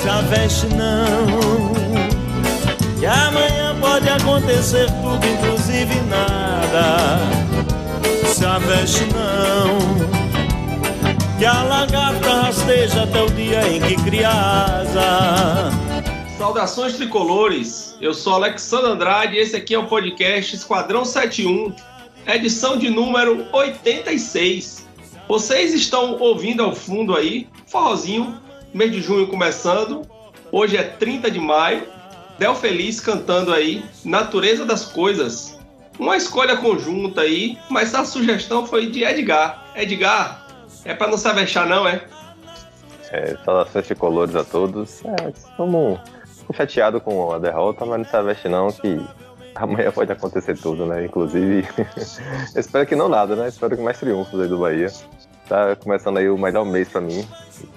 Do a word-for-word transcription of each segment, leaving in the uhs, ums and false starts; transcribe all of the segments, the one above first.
se aveste não, que amanhã pode acontecer tudo, inclusive nada. Se aveste não, que a lagarta rasteja até o dia em que cria asa. Saudações tricolores, eu sou Alexandre Andrade e esse aqui é o podcast Esquadrão setenta e um, edição de número oitenta e seis. Vocês estão ouvindo ao fundo aí, forrozinho, mês de junho começando, hoje é trinta de maio, Del Feliz cantando aí, Natureza das Coisas. Uma escolha conjunta aí, mas a sugestão foi de Edgar. Edgar, é pra não se avexar não, é? É, saudações tricolores a todos. É, estamos chateados com a derrota, mas não se aveste não, que amanhã pode acontecer tudo, né? Inclusive, espero que não nada, né? Espero que mais triunfos aí do Bahia. Tá começando aí o melhor mês pra mim.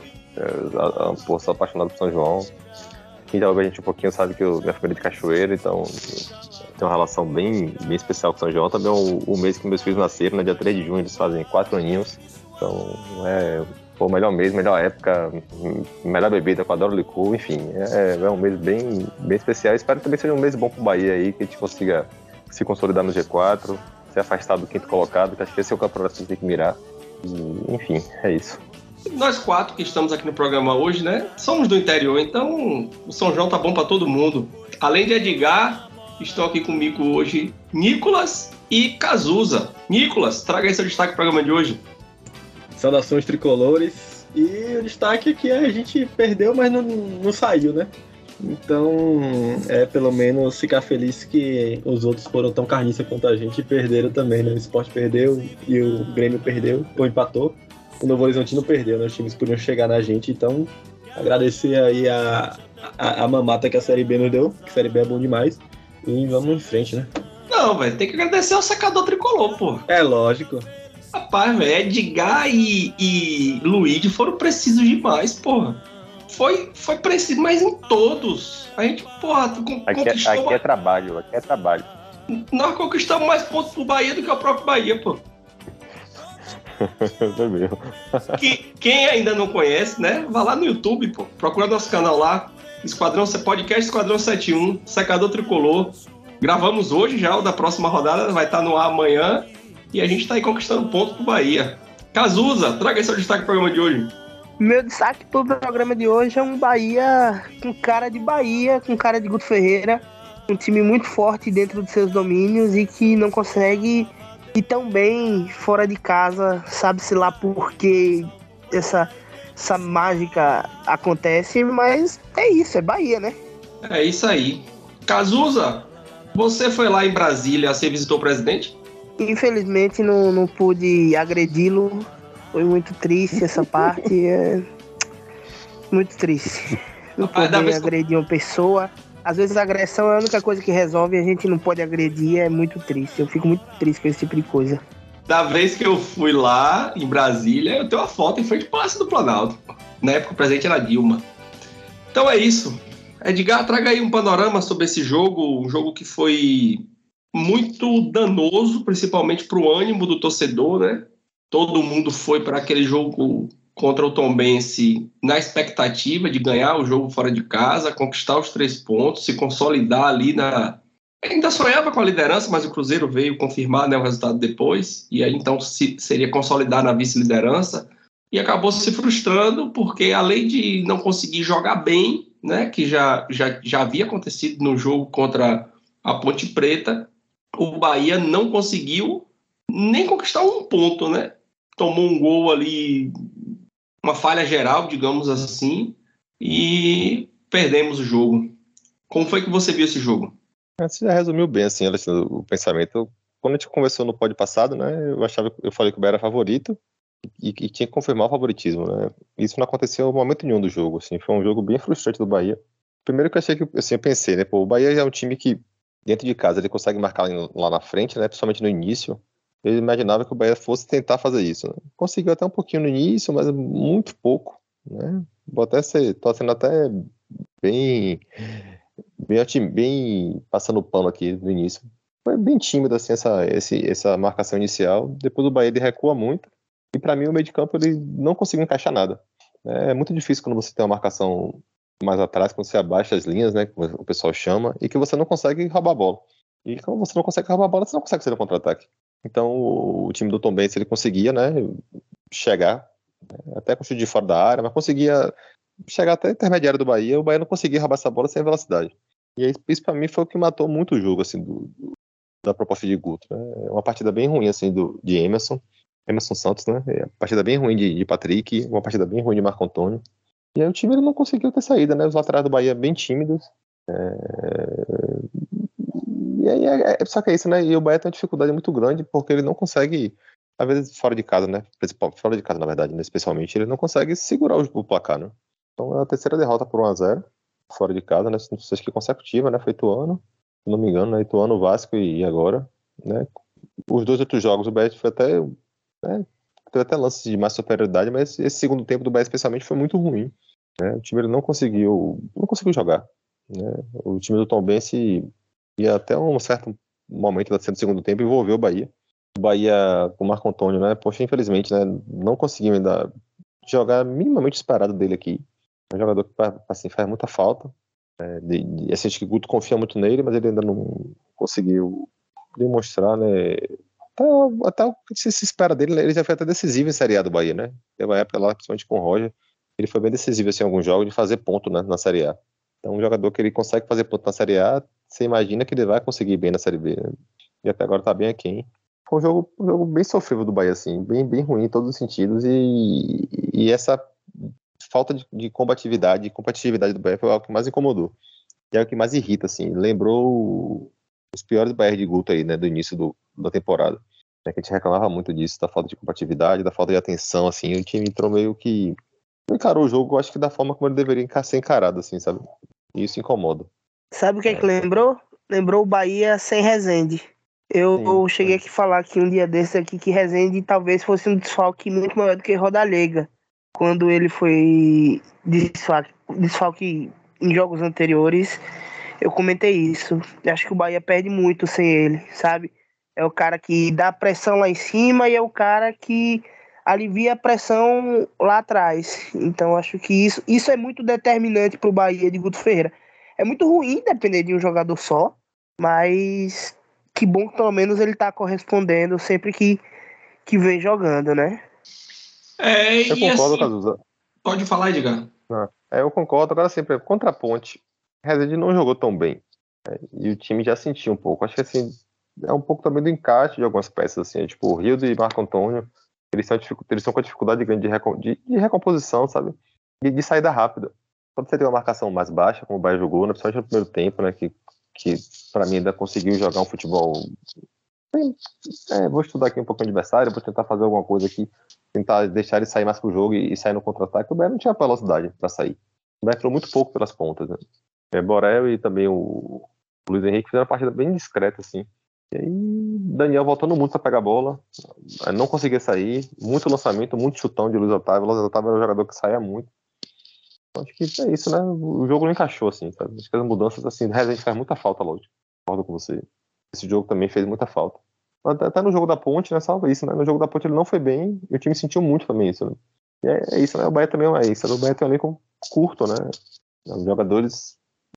Eu, eu sou apaixonado por São João. Quem já ouve a gente um pouquinho sabe que eu minha família é de Cachoeira, então tem uma relação bem, bem especial com São João. Também é o, o mês que meus filhos nasceram, no dia três de junho, eles fazem quatro aninhos. Então é o melhor mês, melhor época, melhor bebida, eu adoro licor, enfim. É, é um mês bem, bem especial. Espero que também seja um mês bom pro Bahia aí, que a gente consiga se consolidar no G quatro, se afastar do quinto colocado, que acho que esse é o campeonato que a gente tem que mirar. E, enfim, é isso. Nós quatro que estamos aqui no programa hoje, né, somos do interior, então o São João tá bom para todo mundo. Além de Edgar, estão aqui comigo hoje Nicolas e Cazuza. Nicolas, traga aí seu destaque pro programa de hoje. Saudações tricolores. E o destaque é que a gente perdeu, mas não, não saiu, né? Então, é pelo menos ficar feliz que os outros foram tão carniça quanto a gente e perderam também, né? O Sport perdeu e o Grêmio perdeu, ou empatou. O Novo Horizontino perdeu, né? Os times podiam chegar na gente, então agradecer aí a, a, a mamata que a Série B nos deu, que a Série B é bom demais, e vamos em frente, né? Não, velho, tem que agradecer ao secador tricolor, pô. É lógico. Rapaz, velho, Edgar e, e Luigi foram precisos demais, porra. Foi, foi preciso, mas em todos. A gente, porra, con- Aqui, conquistou... é, aqui é trabalho, aqui é trabalho. Nós conquistamos mais pontos pro Bahia do que o próprio Bahia, pô. É mesmo. Que, quem ainda não conhece, né? Vá lá no YouTube, pô. Procura nosso canal lá. Esquadrão, Podcast Esquadrão setenta e um, Secador Tricolor. Gravamos hoje já, o da próxima rodada vai estar no ar amanhã. E a gente tá aí conquistando pontos pro Bahia. Cazuza, traga aí seu destaque pro programa de hoje. Meu destaque pro programa de hoje é um Bahia com cara de Bahia, com cara de Guto Ferreira. Um time muito forte dentro dos seus domínios e que não consegue ir tão bem fora de casa. Sabe-se lá por que essa, essa mágica acontece, mas é isso, é Bahia, né? É isso aí. Cazuza, você foi lá em Brasília, você visitou o presidente? Infelizmente não, não pude agredi-lo. Foi muito triste essa parte. É muito triste. Não Rapaz, poder que... agredir uma pessoa. Às vezes a agressão é a única coisa que resolve. A gente não pode agredir. É muito triste. Eu fico muito triste com esse tipo de coisa. Da vez que eu fui lá em Brasília, eu tenho uma foto em frente ao Palácio do Planalto. Na época o presidente era Dilma. Então é isso. Edgar, traga aí um panorama sobre esse jogo. Um jogo que foi muito danoso, principalmente para o ânimo do torcedor, né? Todo mundo foi para aquele jogo contra o Tombense na expectativa de ganhar o jogo fora de casa, conquistar os três pontos, se consolidar ali na... Ainda sonhava com a liderança, mas o Cruzeiro veio confirmar, né, o resultado depois, e aí então se, seria consolidar na vice-liderança, e acabou se frustrando porque além de não conseguir jogar bem, né, que já, já, já havia acontecido no jogo contra a Ponte Preta, o Bahia não conseguiu nem conquistar um ponto, né? Tomou um gol ali, uma falha geral, digamos assim, e perdemos o jogo. Como foi que você viu esse jogo? Você já resumiu bem, assim, o pensamento. Quando a gente conversou no pódio passado, né, eu achava, eu falei que o Bahia era favorito e, e tinha que confirmar o favoritismo, né? Isso não aconteceu em momento nenhum do jogo, assim, foi um jogo bem frustrante do Bahia. Primeiro que eu achei que, assim, eu pensei, né, pô, o Bahia é um time que dentro de casa ele consegue marcar lá na frente, né, principalmente no início. Eu imaginava que o Bahia fosse tentar fazer isso, né? Conseguiu até um pouquinho no início, mas muito pouco, né? Vou até ser, tô sendo até bem, bem, bem passando pano aqui no início. Foi bem tímido assim essa, esse, essa marcação inicial. Depois o Bahia ele recua muito e para mim o meio de campo ele não conseguiu encaixar nada. É muito difícil quando você tem uma marcação mais atrás, quando você abaixa as linhas, né, que o pessoal chama, e que você não consegue roubar a bola. E quando você não consegue roubar a bola, você não consegue ser no contra-ataque. Então, o time do Tom Benz, ele conseguia, né, chegar, até com o chute de fora da área, mas conseguia chegar até a intermediária do Bahia, o Bahia não conseguia roubar essa bola sem velocidade. E aí, isso pra mim foi o que matou muito o jogo, assim, do, do, da proposta de Guto, né? É uma partida bem ruim, assim, do, de Emerson, Emerson Santos, né? É uma partida bem ruim de, de Patrick, uma partida bem ruim de Marco Antônio. E aí o time ele não conseguiu ter saída, né? Os laterais do Bahia bem tímidos. É... E aí, é, é, só que é isso, né? E o Bahia tem uma dificuldade muito grande, porque ele não consegue, às vezes fora de casa, né? Fora de casa, na verdade, né? Especialmente, ele não consegue segurar o, o placar, né? Então é a terceira derrota por um a zero, fora de casa, né? Não sei se que consecutiva, né? Foi Ituano, se não me engano, né? Ituano, Vasco e agora, né? Os dois outros jogos, o Bahia foi até, né? Teve até lances de mais superioridade, mas esse segundo tempo do Bahia especialmente foi muito ruim, né? O time ele não conseguiu, não conseguiu jogar, né? O time do Tombense ia até um certo momento do segundo tempo envolveu o Bahia. O Bahia com o Marco Antônio, né? Poxa, infelizmente, né? Não conseguiu ainda jogar minimamente esperado dele aqui. É um jogador que assim, faz muita falta. É, de, de, assim, acho que o Guto confia muito nele, mas ele ainda não conseguiu demonstrar, né? Até, até o que se espera dele, ele já foi até decisivo em Série A do Bahia, né? Teve uma época lá, principalmente com o Roger, ele foi bem decisivo assim, em alguns jogos de fazer ponto, né, na Série A. Então, um jogador que ele consegue fazer ponto na Série A, você imagina que ele vai conseguir bem na Série B, né? E até agora tá bem aqui. Foi um jogo, um jogo bem sofrível do Bahia, assim, bem, bem ruim em todos os sentidos, e, e essa falta de, de combatividade, de competitividade do Bahia foi algo que mais incomodou. E é o que mais irrita, assim. Lembrou os piores Bahia de Guto aí, né, do início do, da temporada. É que a gente reclamava muito disso, da falta de competitividade, da falta de atenção, assim. O time entrou meio que... encarou o jogo, acho que da forma como ele deveria ser encarado, assim, sabe? E isso incomoda. Sabe o que é que lembrou? Lembrou o Bahia sem Rezende. Eu Sim, cheguei aqui a falar aqui um dia desses aqui que Rezende talvez fosse um desfalque muito maior do que Rodalega. Quando ele foi desfalque, desfalque em jogos anteriores, eu comentei isso. Eu acho que o Bahia perde muito sem ele, sabe? É o cara que dá pressão lá em cima e é o cara que alivia a pressão lá atrás. Então acho que isso, isso é muito determinante pro Bahia de Guto Ferreira. É muito ruim depender de um jogador só, mas que bom que pelo menos ele tá correspondendo sempre que, que vem jogando, né? É, eu e concordo, assim, Cazuza. Pode falar, Edgar. Ah, é, eu concordo. Agora, sempre, contra a Ponte, Rezende não jogou tão bem. É, e o time já sentiu um pouco. Acho que assim, é um pouco também do encaixe de algumas peças. Assim, tipo, o Rildo e Marco Antônio, eles são, eles são com dificuldade grande de, recom, de, de recomposição, sabe? E de saída rápida. Quando você tem uma marcação mais baixa, como o Bahia jogou, né, principalmente no primeiro tempo, né, que, que pra mim ainda conseguiu jogar um futebol. É, vou estudar aqui um pouco o adversário, vou tentar fazer alguma coisa aqui, tentar deixar ele sair mais pro jogo e, e sair no contra-ataque. O Bahia não tinha velocidade para sair. O Bahia entrou muito pouco pelas pontas, né? É, Borel e também o, o Luiz Henrique fizeram uma partida bem discreta, assim. E aí, Daniel voltando muito para pegar a bola, não conseguia sair, muito lançamento, muito chutão de Luiz Otávio. O Luiz Otávio era um jogador que saía muito. Então, acho que é isso, né? O jogo não encaixou, assim, sabe? Acho que as mudanças, assim, a gente faz muita falta, lógico. Concordo com você. Esse jogo também fez muita falta. Até, até no jogo da Ponte, né? Só isso, né? No jogo da Ponte ele não foi bem e o time sentiu muito também isso, né? E é, é isso, né? O Bahia também é isso. O Bahia tem um elenco curto, né? Os jogadores...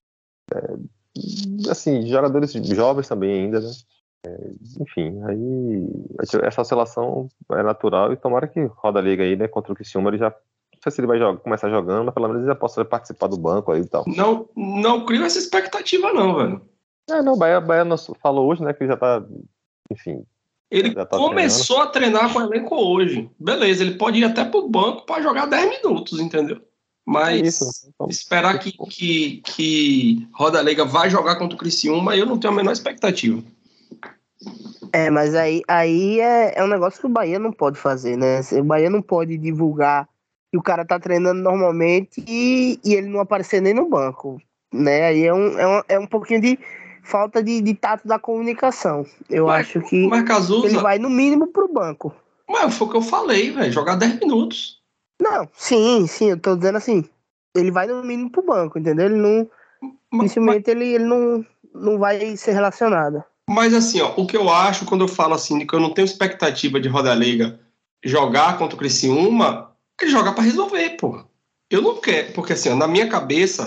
É, assim, jogadores jovens também ainda, né? É, enfim, aí essa oscilação é natural e tomara que roda a liga aí, né? Contra o Criciúma, ele já... Não sei se ele vai jogar, começar jogando, mas pelo menos ele já possa participar do banco aí e tal. Não, não crio essa expectativa não, velho. É, não, o Bahia, Bahia falou hoje, né, que já tá, enfim... Ele já tá começou treinando. a treinar com o elenco hoje. Beleza, ele pode ir até pro banco para jogar dez minutos, entendeu? Mas é isso. Então, esperar que, que, que Roda Leiga vai jogar contra o Criciúma, eu não tenho a menor expectativa. É, mas aí, aí é, é um negócio que o Bahia não pode fazer, né? O Bahia não pode divulgar que o cara tá treinando normalmente e, e ele não aparecer nem no banco, né? Aí é um, é um, é um pouquinho de falta de, de tato da comunicação. Eu mas, acho que mas Cazuza, ele vai no mínimo pro banco. Mas foi o que eu falei, velho, jogar dez minutos. Não, sim, sim, eu tô dizendo assim, ele vai no mínimo pro banco, entendeu? Ele não, dificilmente ele, ele não, não vai ser relacionado. Mas assim, ó, o que eu acho quando eu falo assim, de que eu não tenho expectativa de Roda Leiga jogar contra o Criciúma, ele joga pra resolver, pô. Eu não quero, porque assim, ó, na minha cabeça,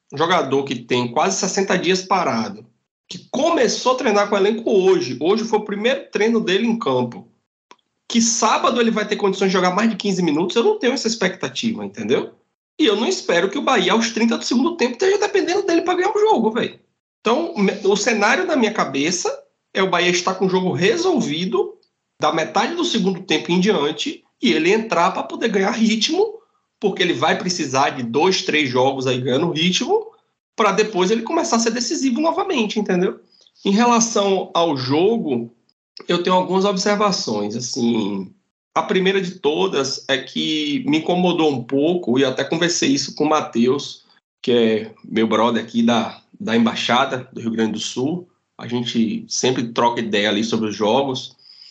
um jogador que tem quase sessenta dias parado, que começou a treinar com o elenco hoje, hoje foi o primeiro treino dele em campo, que sábado ele vai ter condições de jogar mais de quinze minutos, eu não tenho essa expectativa, entendeu? E eu não espero que o Bahia, aos trinta do segundo tempo, esteja dependendo dele para ganhar o jogo, velho. Então, o cenário na minha cabeça é o Bahia estar com o jogo resolvido da metade do segundo tempo em diante e ele entrar para poder ganhar ritmo, porque ele vai precisar de dois, três jogos aí ganhando ritmo, para depois ele começar a ser decisivo novamente, entendeu? Em relação ao jogo, eu tenho algumas observações, assim... A primeira de todas é que me incomodou um pouco, e até conversei isso com o Matheus, que é meu brother aqui da, da Embaixada do Rio Grande do Sul. A gente sempre troca ideia ali sobre os jogos.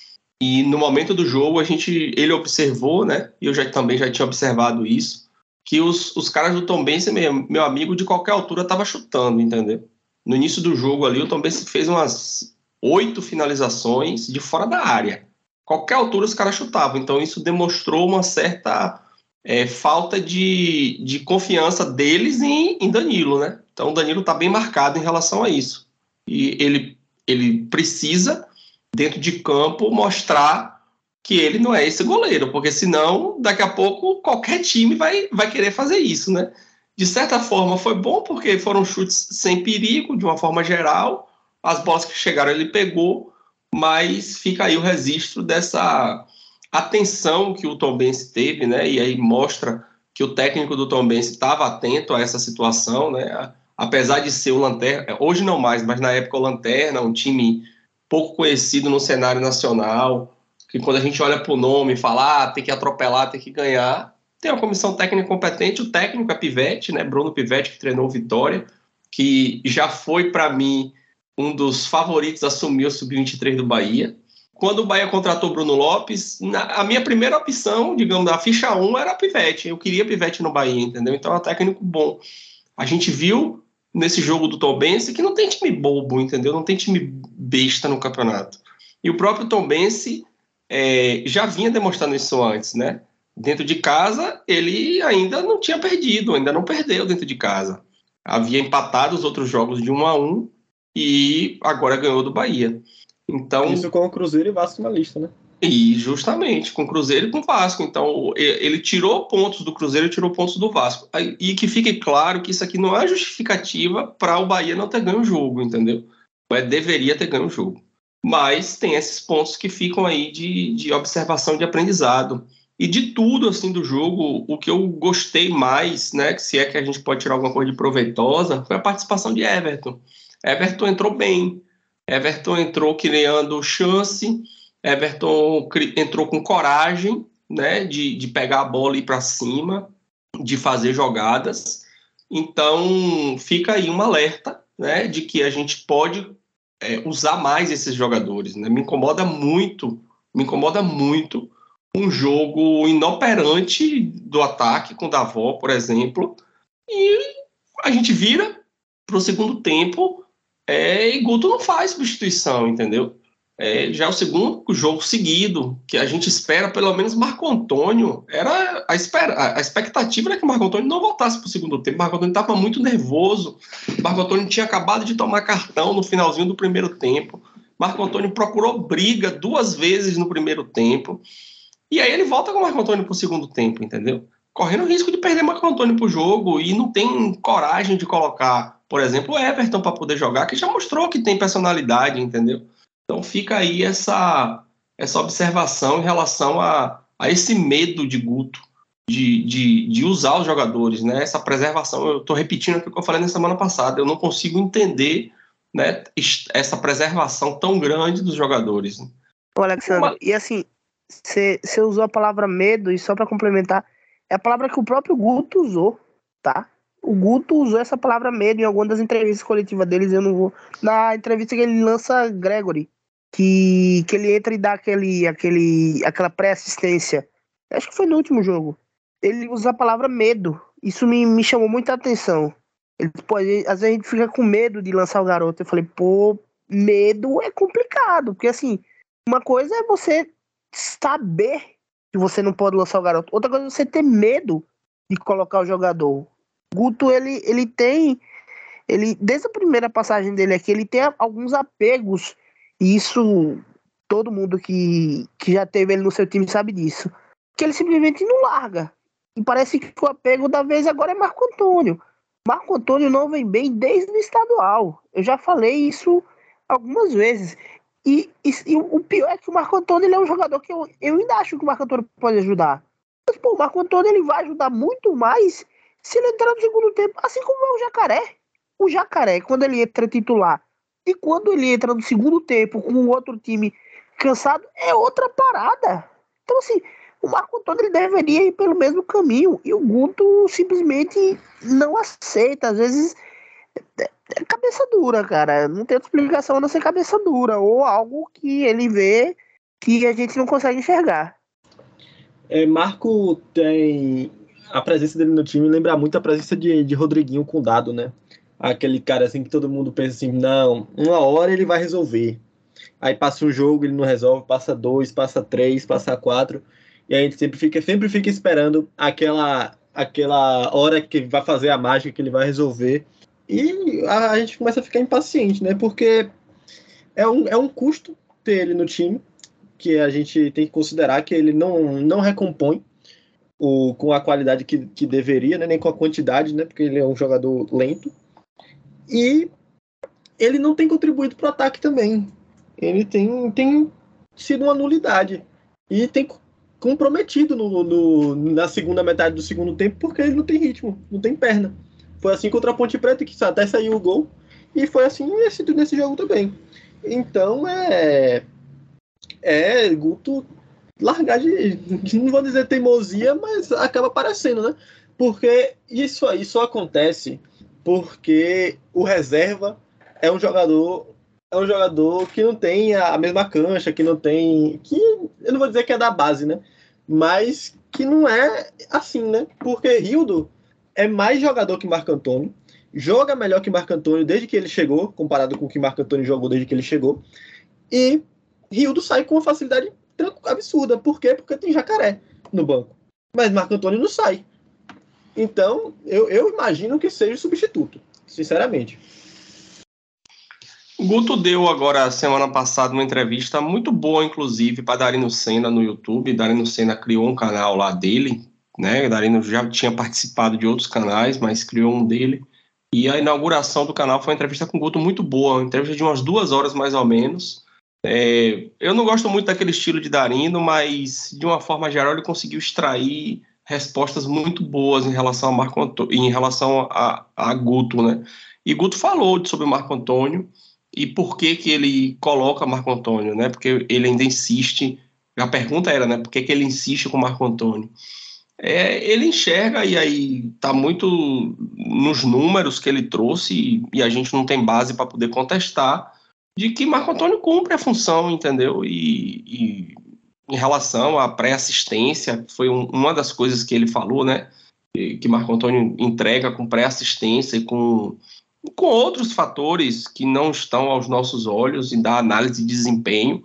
E no momento do jogo, a gente, ele observou, né? E eu já, também já tinha observado isso, que os, os caras do Tombense, meu, meu amigo, de qualquer altura, estava chutando, entendeu? No início do jogo ali, o Tombense fez umas oito finalizações de fora da área. Qualquer altura os caras chutavam, então isso demonstrou uma certa é, falta de, de confiança deles em, em Danilo, né? Então o Danilo está bem marcado em relação a isso. E ele, ele precisa, dentro de campo, mostrar que ele não é esse goleiro, porque senão, daqui a pouco, qualquer time vai, vai querer fazer isso, né? De certa forma foi bom, porque foram chutes sem perigo, de uma forma geral, as bolas que chegaram ele pegou, mas fica aí o registro dessa atenção que o Tombense teve, né? E aí mostra que o técnico do Tombense estava atento a essa situação, né? Apesar de ser o Lanterna, hoje não mais, mas na época o Lanterna, um time pouco conhecido no cenário nacional, que quando a gente olha para o nome e fala, ah, tem que atropelar, tem que ganhar, tem uma comissão técnica competente, o técnico é Pivete, né? Bruno Pivete, que treinou o Vitória, que já foi, para mim, um dos favoritos a assumir o sub vinte e três do Bahia. Quando o Bahia contratou o Bruno Lopes, na, a minha primeira opção, digamos, da ficha um era Pivete. Eu queria Pivete no Bahia, entendeu? Então é um técnico bom. A gente viu nesse jogo do Tombense que não tem time bobo, entendeu? Não tem time besta no campeonato. E o próprio Tombense é, já vinha demonstrando isso antes, né? Dentro de casa, ele ainda não tinha perdido, ainda não perdeu dentro de casa. Havia empatado os outros jogos de um a um, e agora ganhou do Bahia. Então, isso com o Cruzeiro e Vasco na lista, né? E justamente, com o Cruzeiro e com o Vasco. Então, ele tirou pontos do Cruzeiro e tirou pontos do Vasco. E que fique claro que isso aqui não é justificativa para o Bahia não ter ganho o jogo, entendeu? Mas deveria ter ganho o jogo. Mas tem esses pontos que ficam aí de, de observação, de aprendizado. E de tudo, assim, do jogo, o que eu gostei mais, né, se é que a gente pode tirar alguma coisa de proveitosa, foi a participação de Everton. Everton entrou bem, Everton entrou criando chance, Everton entrou com coragem, né, de, de pegar a bola e ir para cima, de fazer jogadas. Então fica aí um alerta, né, de que a gente pode é, usar mais esses jogadores, né? Me incomoda muito, me incomoda muito um jogo inoperante do ataque com o Davó, por exemplo, e a gente vira para o segundo tempo. É, e Guto não faz substituição, entendeu? É, já é o segundo jogo seguido, que a gente espera, pelo menos Marco Antônio, era a, espera, a expectativa era que Marco Antônio não voltasse para o segundo tempo. Marco Antônio estava muito nervoso, Marco Antônio tinha acabado de tomar cartão no finalzinho do primeiro tempo, Marco Antônio procurou briga duas vezes no primeiro tempo, e aí ele volta com o Marco Antônio para o segundo tempo, entendeu? Correndo o risco de perder Marco Antônio para o jogo e não tem coragem de colocar, por exemplo, o Everton para poder jogar, que já mostrou que tem personalidade, entendeu? Então fica aí essa, essa observação em relação a, a esse medo de Guto de, de, de usar os jogadores, né? Essa preservação. Eu estou repetindo aquilo que eu falei na semana passada, eu não consigo entender, né, essa preservação tão grande dos jogadores. Né? Ô, Alexandre, Uma... e assim, você usou a palavra medo, e só para complementar, é a palavra que o próprio Guto usou, tá? O Guto usou essa palavra medo em alguma das entrevistas coletivas deles, eu não vou... Na entrevista que ele lança Gregory, que, que ele entra e dá aquele, aquele, aquela pré-assistência. Acho que foi no último jogo. Ele usa a palavra medo. Isso me, me chamou muita atenção. Ele, pô, às vezes a gente fica com medo de lançar o garoto. Eu falei, pô, medo é complicado. Porque assim, uma coisa é você saber que você não pode lançar o garoto. Outra coisa é você ter medo de colocar o jogador. Guto, ele, ele tem, ele, desde a primeira passagem dele aqui, ele tem alguns apegos, e isso todo mundo que, que já teve ele no seu time sabe disso, que ele simplesmente não larga. E parece que o apego da vez agora é Marco Antônio. Marco Antônio não vem bem desde o estadual. Eu já falei isso algumas vezes. E, e, e o pior é que o Marco Antônio ele é um jogador que eu, eu ainda acho que o Marco Antônio pode ajudar. Mas, pô, o Marco Antônio ele vai ajudar muito mais se ele entrar no segundo tempo, assim como é o Jacaré. O Jacaré, quando ele entra titular e quando ele entra no segundo tempo com o outro time cansado, é outra parada. Então, assim, o Marco Antônio ele deveria ir pelo mesmo caminho e o Guto simplesmente não aceita. Às vezes é, é cabeça dura, cara. Não tem outra explicação a não ser cabeça dura ou algo que ele vê que a gente não consegue enxergar. É, Marco tem... A presença dele no time lembra muito a presença de, de Rodriguinho com Dado, né? Aquele cara assim que todo mundo pensa assim, não, uma hora ele vai resolver. Aí passa um jogo, ele não resolve, passa dois, passa três, passa quatro, e a gente sempre fica, sempre fica esperando aquela, aquela hora que vai fazer a mágica, que ele vai resolver. E a, a gente começa a ficar impaciente, né? Porque é um, é um custo ter ele no time, que a gente tem que considerar que ele não, não recompõe o, com a qualidade que, que deveria, né? Nem com a quantidade, né? Porque ele é um jogador lento. E ele não tem contribuído para o ataque também. Ele tem, tem sido uma nulidade. E tem comprometido no, no, na segunda metade do segundo tempo, porque ele não tem ritmo, não tem perna. Foi assim contra a Ponte Preta, que até saiu o gol. E foi assim nesse, nesse jogo também. Então é... É Guto largar de... Não vou dizer teimosia, mas acaba aparecendo, né? Porque isso aí só acontece porque o reserva é um jogador é um jogador que não tem a mesma cancha, que não tem... que eu não vou dizer que é da base, né? Mas que não é assim, né? Porque Rildo é mais jogador que Marco Antônio, joga melhor que Marco Antônio desde que ele chegou, comparado com o que Marco Antônio jogou desde que ele chegou, e Rildo sai com uma facilidade absurda. Por quê? Porque tem Jacaré no banco. Mas Marco Antônio não sai. Então, eu, eu imagino que seja substituto, sinceramente. O Guto deu agora, semana passada, uma entrevista muito boa, inclusive, para Darino Senna no YouTube. Darino Senna criou um canal lá dele, né? Darino já tinha participado de outros canais, mas criou um dele. E a inauguração do canal foi uma entrevista com o Guto muito boa, uma entrevista de umas duas horas mais ou menos. É, eu não gosto muito daquele estilo de Darino, mas de uma forma geral ele conseguiu extrair respostas muito boas em relação a Marco Antônio, em relação a, a Guto, né? E Guto falou sobre o Marco Antônio e por que que ele coloca Marco Antônio, né? Porque ele ainda insiste. A pergunta era, né? Por que que ele insiste com o Marco Antônio? É, ele enxerga, e aí está muito nos números que ele trouxe, e, e a gente não tem base para poder contestar, de que Marco Antônio cumpre a função, entendeu? E, e em relação à pré-assistência, foi um, uma das coisas que ele falou, né? Que Marco Antônio entrega com pré-assistência e com, com outros fatores que não estão aos nossos olhos e da análise de desempenho,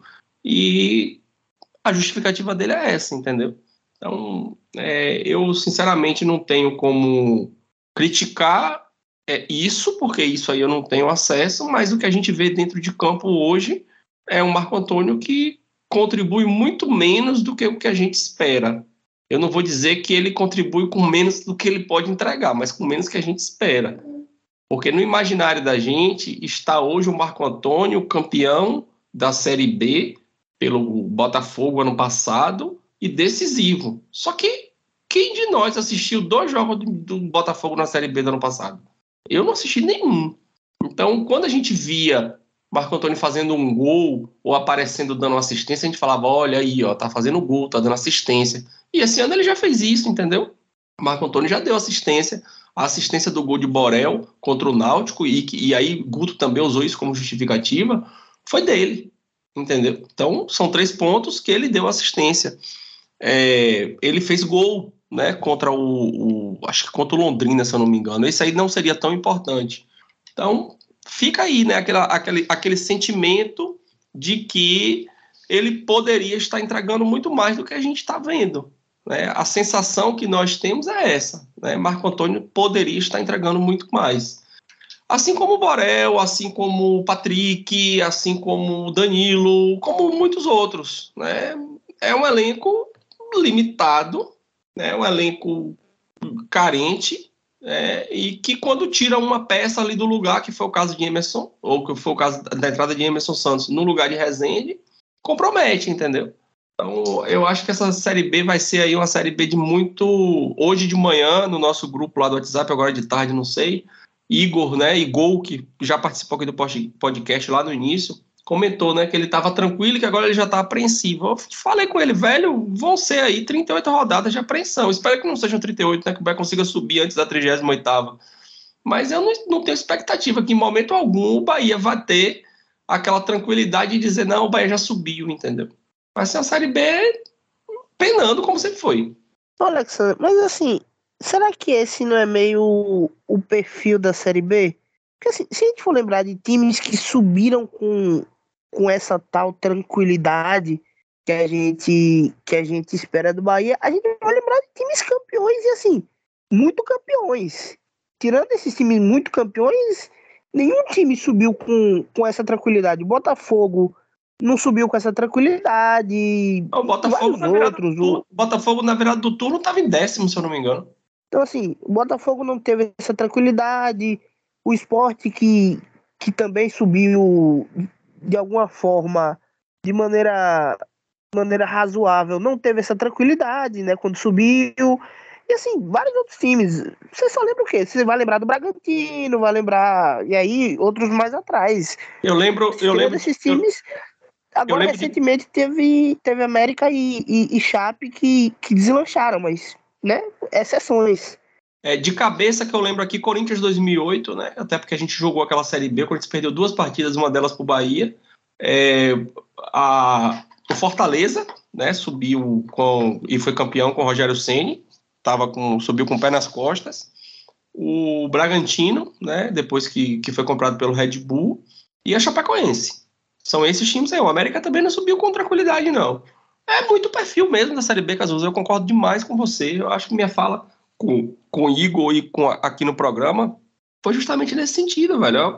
e a justificativa dele é essa, entendeu? Então, é, eu sinceramente não tenho como criticar é, isso, porque isso aí eu não tenho acesso, mas o que a gente vê dentro de campo hoje é um Marco Antônio que contribui muito menos do que o que a gente espera. Eu não vou dizer que ele contribui com menos do que ele pode entregar, mas com menos que a gente espera. Porque no imaginário da gente está hoje o Marco Antônio campeão da Série B pelo Botafogo ano passado, e decisivo. Só que quem de nós assistiu dois jogos do, do Botafogo na Série B do ano passado? Eu não assisti nenhum. Então, quando a gente via Marco Antônio fazendo um gol ou aparecendo dando assistência, a gente falava, olha aí, ó, tá fazendo gol, tá dando assistência. E esse ano ele já fez isso, entendeu? Marco Antônio já deu assistência, a assistência do gol de Borel contra o Náutico, e, e aí Guto também usou isso como justificativa, foi dele, entendeu? Então, são três pontos que ele deu assistência. É, ele fez gol, né, contra o, o acho que contra o Londrina, se eu não me engano. Isso aí não seria tão importante. Então fica aí, né, aquela, aquele, aquele sentimento de que ele poderia estar entregando muito mais do que a gente está vendo, né? A sensação que nós temos é essa, né? Marco Antônio poderia estar entregando muito mais. Assim como o Borel, assim como o Patrick, assim como o Danilo, como muitos outros, né? É um elenco limitado, né? Um elenco carente, é, e que quando tira uma peça ali do lugar, que foi o caso de Emerson, ou que foi o caso da entrada de Emerson Santos no lugar de Rezende, compromete, entendeu? Então, eu acho que essa Série B vai ser aí uma Série B de muito... Hoje de manhã, no nosso grupo lá do WhatsApp, agora de tarde, não sei, Igor, né, Igor, que já participou aqui do podcast lá no início, comentou, né, que ele estava tranquilo e que agora ele já está apreensivo. Eu falei com ele, velho, vão ser aí trinta e oito rodadas de apreensão. Espero que não sejam trinta e oito, né, que o Bahia consiga subir antes da trigésima oitava. Mas eu não, não tenho expectativa que em momento algum o Bahia vai ter aquela tranquilidade de dizer, não, o Bahia já subiu, entendeu? Vai ser uma Série B penando como sempre foi. Ô, Alexandre, mas assim, será que esse não é meio o perfil da Série B? Porque assim, se a gente for lembrar de times que subiram com, com essa tal tranquilidade que a gente que a gente espera do Bahia, a gente vai lembrar de times campeões e assim, muito campeões. Tirando esses times muito campeões, nenhum time subiu com, com essa tranquilidade. O Botafogo não subiu com essa tranquilidade. O Botafogo, na virada, outros, do turno, o Botafogo na virada do turno estava em décimo, se eu não me engano. Então, assim, o Botafogo não teve essa tranquilidade. O Sport, que, que também subiu de alguma forma, de maneira, maneira razoável, não teve essa tranquilidade, né, quando subiu. E, assim, vários outros times. Você só lembra o quê? Você vai lembrar do Bragantino, vai lembrar... E aí, outros mais atrás. Eu lembro... Eu lembro desses times... Eu... Agora, recentemente, de... teve, teve América e, e, e Chape que, que deslancharam, mas, né, exceções. É, de cabeça que eu lembro aqui, Corinthians dois mil e oito, né, até porque a gente jogou aquela Série B, o Corinthians perdeu duas partidas, uma delas pro Bahia. É, a, o Fortaleza, né, subiu com, e foi campeão com o Rogério Ceni, tava com, subiu com o pé nas costas. O Bragantino, né, depois que, que foi comprado pelo Red Bull, e a Chapecoense. São esses times aí. O América também não subiu com tranquilidade, não. É muito perfil mesmo da Série B, Cazuza. Eu concordo demais com você. Eu acho que minha fala com, com o Igor e com, aqui no programa foi justamente nesse sentido, velho. Eu,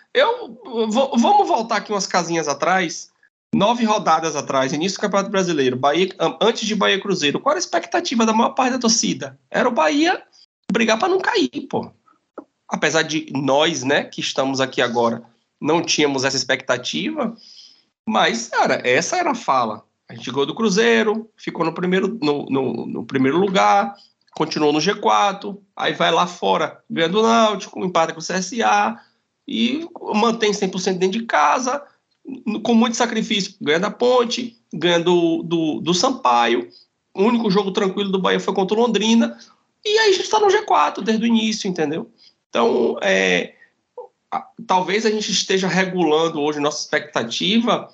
eu vou, vamos voltar aqui umas casinhas atrás, nove rodadas atrás, início do Campeonato Brasileiro, Bahia, antes de Bahia Cruzeiro. Qual era a expectativa da maior parte da torcida? Era o Bahia brigar para não cair, pô. Apesar de nós, né, que estamos aqui agora, não tínhamos essa expectativa, mas, cara, essa era a fala. A gente ganhou do Cruzeiro, ficou no primeiro, no, no, no primeiro lugar, continuou no G quatro, aí vai lá fora, ganha do Náutico, empata com o C S A e mantém cem por cento dentro de casa, com muito sacrifício, ganha da Ponte, ganha do, do, do Sampaio, o único jogo tranquilo do Bahia foi contra o Londrina, e aí a gente está no G quatro desde o início, entendeu? Então, é... talvez a gente esteja regulando hoje nossa expectativa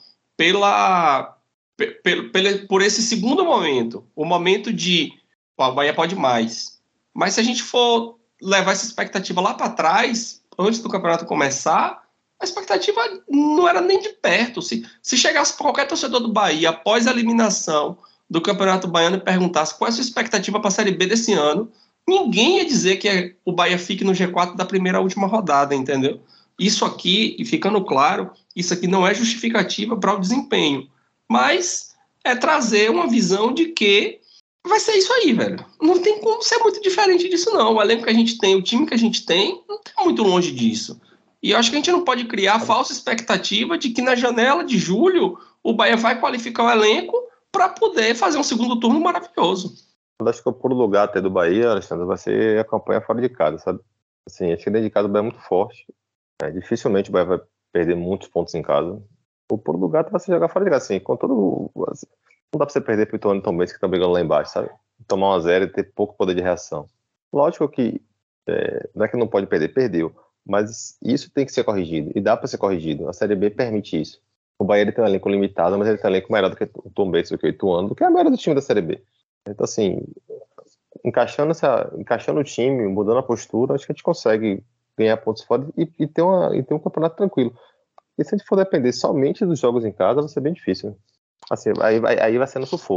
pela, pe, pe, por esse segundo momento, o momento de ó, a Bahia pode mais. Mas se a gente for levar essa expectativa lá para trás, antes do campeonato começar, a expectativa não era nem de perto. Se, se chegasse qualquer torcedor do Bahia após a eliminação do Campeonato Baiano e perguntasse qual é a sua expectativa para a Série B desse ano, ninguém ia dizer que o Bahia fique no G quatro da primeira à última rodada, entendeu? Isso aqui, e ficando claro, isso aqui não é justificativa para o desempenho, mas é trazer uma visão de que vai ser isso aí, velho. Não tem como ser muito diferente disso, não. O elenco que a gente tem, o time que a gente tem, não está muito longe disso. E eu acho que a gente não pode criar a falsa expectativa de que na janela de julho o Bahia vai qualificar o elenco para poder fazer um segundo turno maravilhoso. Eu acho que o puro lugar até do Bahia, Alexandre, vai ser a campanha fora de casa, sabe? Assim, acho que dentro de casa o Bahia é muito forte. É, dificilmente o Bahia vai perder muitos pontos em casa. O puro lugar vai ser jogar fora de casa, assim, com todo... Assim, não dá pra você perder pro Ituano e Tom Benz que estão brigando lá embaixo, sabe? Tomar uma zero e ter pouco poder de reação. Lógico que é, não é que não pode perder, perdeu. Mas isso tem que ser corrigido. E dá pra ser corrigido. A Série B permite isso. O Bahia ele tem um elenco limitado, mas ele tem um elenco melhor do que o Tom Benz, do que o Ituano, do que a maioria do time da Série B. Então, assim, encaixando, essa, encaixando o time, mudando a postura, acho que a gente consegue ganhar pontos fora e, e, ter uma, e ter um campeonato tranquilo. E se a gente for depender somente dos jogos em casa, vai ser bem difícil. Né? Assim, aí, aí vai ser no sufoco.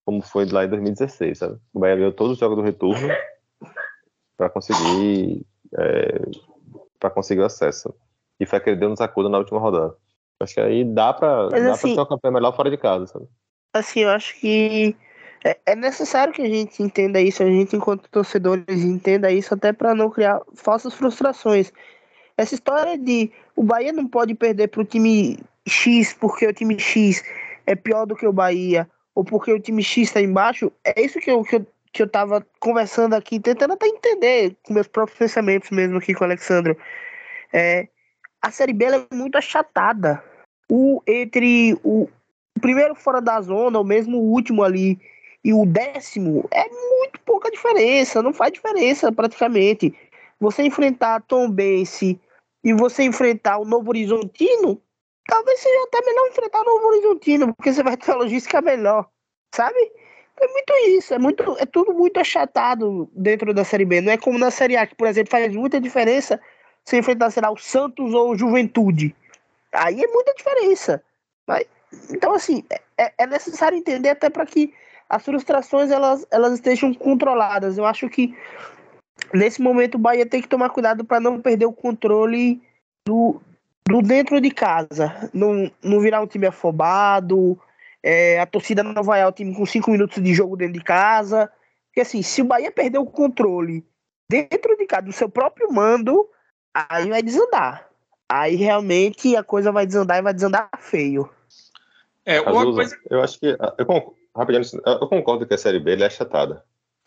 como foi lá em dois mil e dezesseis, sabe? O Bahia ganhou todos os jogos do retorno para conseguir é, para conseguir o acesso. E foi aquele que deu nos acuda na última rodada. Acho que aí dá para dá assim, pra ter uma campanha melhor fora de casa, sabe? Assim, eu acho que é, é necessário que a gente entenda isso, a gente enquanto torcedores entenda isso até para não criar falsas frustrações. Essa história de o Bahia não pode perder para o time X porque o time X é pior do que o Bahia ou porque o time X está embaixo, é isso que eu, que eu, que eu tava conversando aqui, tentando até entender com meus próprios pensamentos mesmo aqui com o Alexandro. É, a Série B ela é muito achatada. O, entre o, o primeiro fora da zona, ou mesmo o último ali, e o décimo, é muito pouca diferença, não faz diferença praticamente. Você enfrentar Tombense e você enfrentar o Novo Horizontino, talvez seja até melhor enfrentar o Novo Horizontino, porque você vai ter a logística melhor, sabe? É muito isso, é, muito, é tudo muito achatado dentro da Série B. Não é como na Série A, que, por exemplo, faz muita diferença se enfrentar, sei lá, o Santos ou o Juventude. Aí é muita diferença. Mas, então, assim, é, é necessário entender até para que as frustrações elas, elas estejam controladas. Eu acho que nesse momento o Bahia tem que tomar cuidado para não perder o controle do, do dentro de casa. Não, não virar um time afobado, é, a torcida não vaiar o time com cinco minutos de jogo dentro de casa. Porque assim, se o Bahia perder o controle dentro de casa, do seu próprio mando, aí vai desandar. Aí realmente a coisa vai desandar e vai desandar feio. É, uma Cazuza, coisa... eu acho que. Eu concordo, rapidinho, eu concordo que a Série B ele é achatada.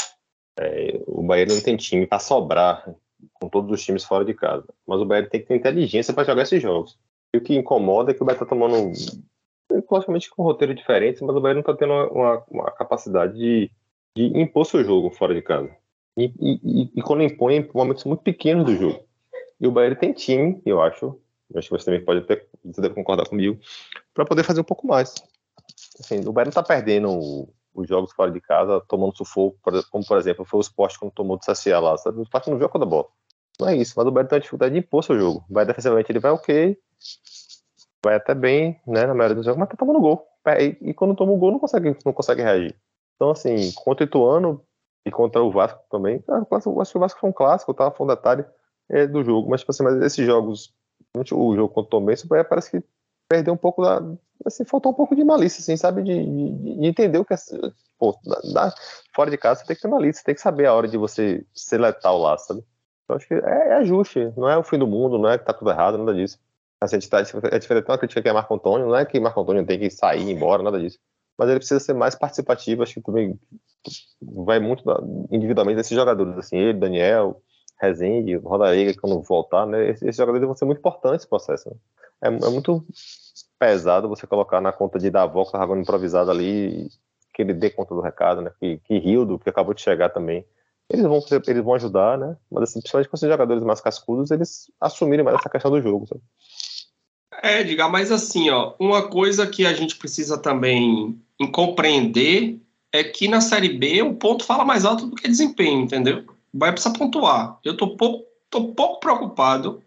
É, o Bahia não tem time para sobrar com todos os times fora de casa. Mas o Bahia tem que ter inteligência para jogar esses jogos. E o que incomoda é que o Bahia está tomando. Logicamente com um roteiro diferente, mas o Bahia não está tendo uma, uma capacidade de, de impor seu jogo fora de casa. E, e, e quando impõe, em momentos muito pequenos do jogo. E o Bahia tem time, eu acho, eu acho que você também pode até você deve concordar comigo, para poder fazer um pouco mais. Assim, o Bahia não está perdendo o, os jogos fora de casa, tomando sufoco, como por exemplo foi o Sport quando tomou do C S A lá, sabe? O Sport não joga da bola. Não é isso, mas o Bahia tem uma dificuldade de impor seu jogo. O Bahia defensivamente ele vai ok, vai até bem, né, na maioria dos jogos, mas tá tomando gol. E, e quando toma o gol não consegue, não consegue reagir. Então assim, contra o Ituano e contra o Vasco também, eu acho que o Vasco foi um clássico, tá? Foi um detalhe é, do jogo, mas tipo assim, mas esses jogos, o jogo contra o Tombense, o Bahia parece que perdeu um pouco da, assim, faltou um pouco de malícia, assim, sabe, de, de, de entender o que é, pô, da, da, fora de casa você tem que ter malícia, você tem que saber a hora de você ser letal lá, sabe? Eu acho que é, é ajuste, não é o fim do mundo, não é que tá tudo errado, nada disso. Assim, a gente tá, é diferente uma crítica que é Marco Antônio, não é que Marco Antônio tem que sair, ir embora, nada disso, mas ele precisa ser mais participativo, acho que também vai muito da, individualmente desses jogadores, assim, ele, Daniel, Rezende, Rodallega, quando voltar, né, esses, esses jogadores vão ser muito importantes nesse processo, né? É, é muito pesado você colocar na conta de Davó, que estava improvisado ali, que ele dê conta do recado, né? Que, que Rildo, que acabou de chegar também. Eles vão, eles vão ajudar, né? Mas assim, principalmente com esses jogadores mais cascudos, eles assumirem mais essa questão do jogo, sabe? É, diga, mas assim, ó, uma coisa que a gente precisa também compreender é que na Série B o ponto fala mais alto do que desempenho, entendeu? Vai precisar pontuar. Eu tô pouco, tô pouco preocupado.